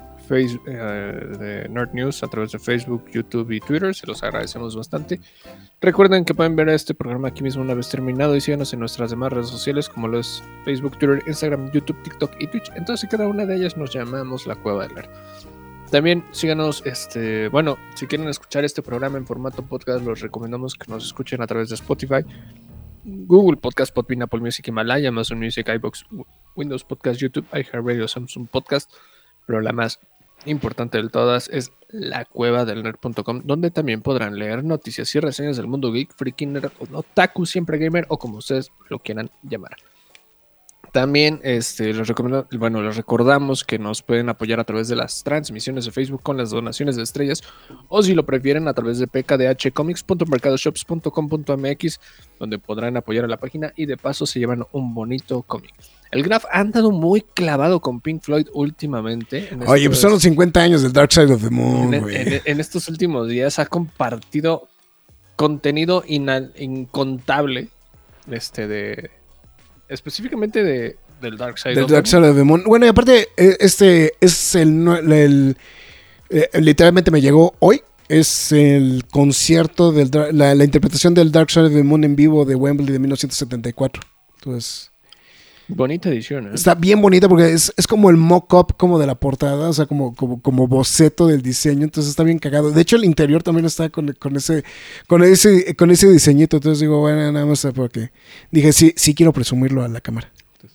Nerd News a través de Facebook, YouTube y Twitter. Se los agradecemos bastante. Recuerden que pueden ver este programa aquí mismo una vez terminado y síganos en nuestras demás redes sociales como lo es Facebook, Twitter, Instagram, YouTube, TikTok y Twitch. Entonces cada una de ellas nos llamamos La Cueva del Nerd. También síganos, si quieren escuchar este programa en formato podcast, los recomendamos que nos escuchen a través de Spotify, Google Podcast, Podbean, Apple Music, Himalaya, Amazon Music, iVoox, Windows Podcast, YouTube, iHeartRadio, Samsung Podcast, pero la más importante de todas es lacuevadelnerd.com, donde también podrán leer noticias y reseñas del mundo geek, freaking nerd, otaku, siempre gamer o como ustedes lo quieran llamar. También les recordamos que nos pueden apoyar a través de las transmisiones de Facebook con las donaciones de estrellas, o si lo prefieren a través de pkdhcomics.mercadoshops.com.mx, donde podrán apoyar a la página y de paso se llevan un bonito cómic. El Graf ha andado muy clavado con Pink Floyd últimamente. Oye, pues son los 50 años del Dark Side of the Moon, güey. En estos últimos días ha compartido contenido incontable específicamente del Dark Side of the Moon. Bueno, y aparte, este es literalmente me llegó hoy. Es el concierto la interpretación del Dark Side of the Moon en vivo de Wembley de 1974. Entonces, bonita edición, ¿eh? Está bien bonita porque es como el mock-up como de la portada, o sea, como boceto del diseño, entonces está bien cagado. De hecho, el interior también está con ese diseñito, entonces digo, bueno, nada más porque dije, sí quiero presumirlo a la cámara.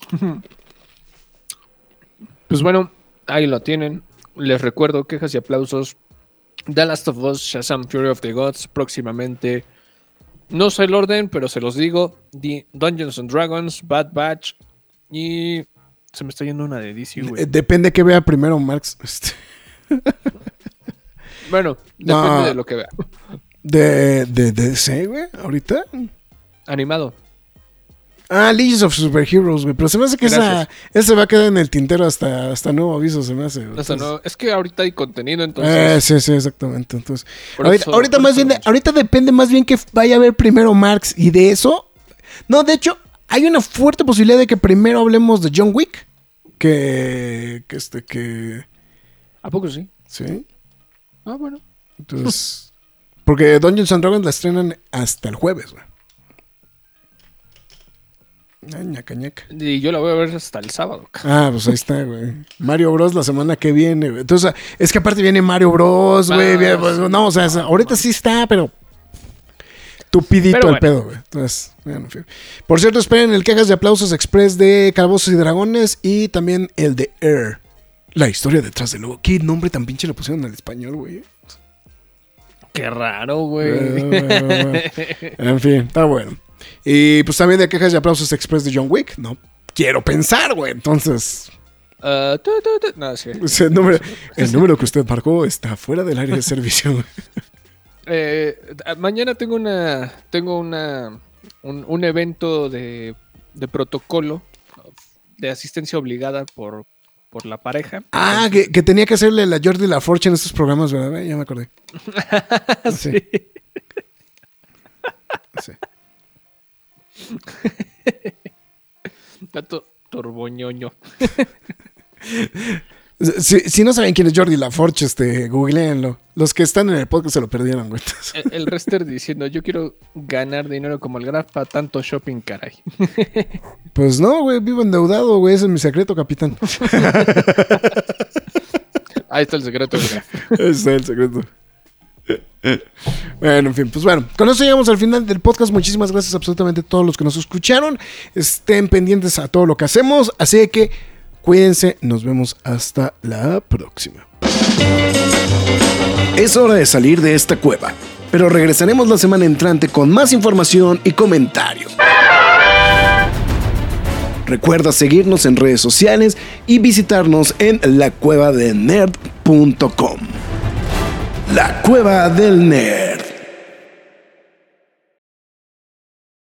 Pues bueno, ahí lo tienen. Les recuerdo, quejas y aplausos. The Last of Us, Shazam Fury of the Gods, próximamente. No sé el orden, pero se los digo. Dungeons and Dragons, Bad Batch. Y se me está yendo una de DC, güey. Depende que vea primero, Max. Bueno, depende de lo que vea. ¿De DC, güey? ¿Ahorita? Animado. Legions of Superheroes, güey. Pero se me hace que esa va a quedar en el tintero hasta nuevo aviso, se me hace. Es que ahorita hay contenido, entonces. Sí, exactamente. Entonces, ahorita depende más bien que vaya a ver primero Marx y de eso. No, de hecho, hay una fuerte posibilidad de que primero hablemos de John Wick. Que. ¿A poco sí? Sí. Ah, bueno. Entonces. Porque Dungeons and Dragons la estrenan hasta el jueves, güey. Ñaca. Y yo la voy a ver hasta el sábado. Pues ahí está, güey. Mario Bros. La semana que viene, güey. Entonces, es que aparte viene Mario Bros, güey. Pues, no, o sea, ahorita sí está, pero tupidito el pedo, güey. Entonces, bueno, en fin. Por cierto, esperen el Quejas de Aplausos Express de Calabozos y Dragones y también el de Air. La historia detrás del logo. ¿Qué nombre tan pinche le pusieron al español, güey? Qué raro, güey. En fin, está bueno. Y pues también de Quejas y Aplausos Express de John Wick, no quiero pensar, güey. Entonces, no, sí. El número que usted marcó está fuera del área de servicio. Mañana tengo un evento de protocolo de asistencia obligada por la pareja. Que tenía que hacerle la Jordi LaForge en estos programas, ¿verdad? Ya me acordé. Sí. Sí. Gato torboñoño. Si no saben quién es Jordi LaForge, googleenlo. Los que están en el podcast se lo perdieron, güey. El Rester diciendo, yo quiero ganar dinero como el Graf para tanto shopping, caray. Pues no, güey, vivo endeudado, güey. Ese es mi secreto, capitán. Ahí está el secreto del Graf. Ese es el secreto. Bueno, en fin, pues bueno, con eso llegamos al final del podcast. Muchísimas gracias a absolutamente todos los que nos escucharon. Estén pendientes a todo lo que hacemos. Así que cuídense, nos vemos hasta la próxima. Es hora de salir de esta cueva, pero regresaremos la semana entrante con más información y comentarios. Recuerda seguirnos en redes sociales y visitarnos en lacuevadelnerd.com. La Cueva del Nerd.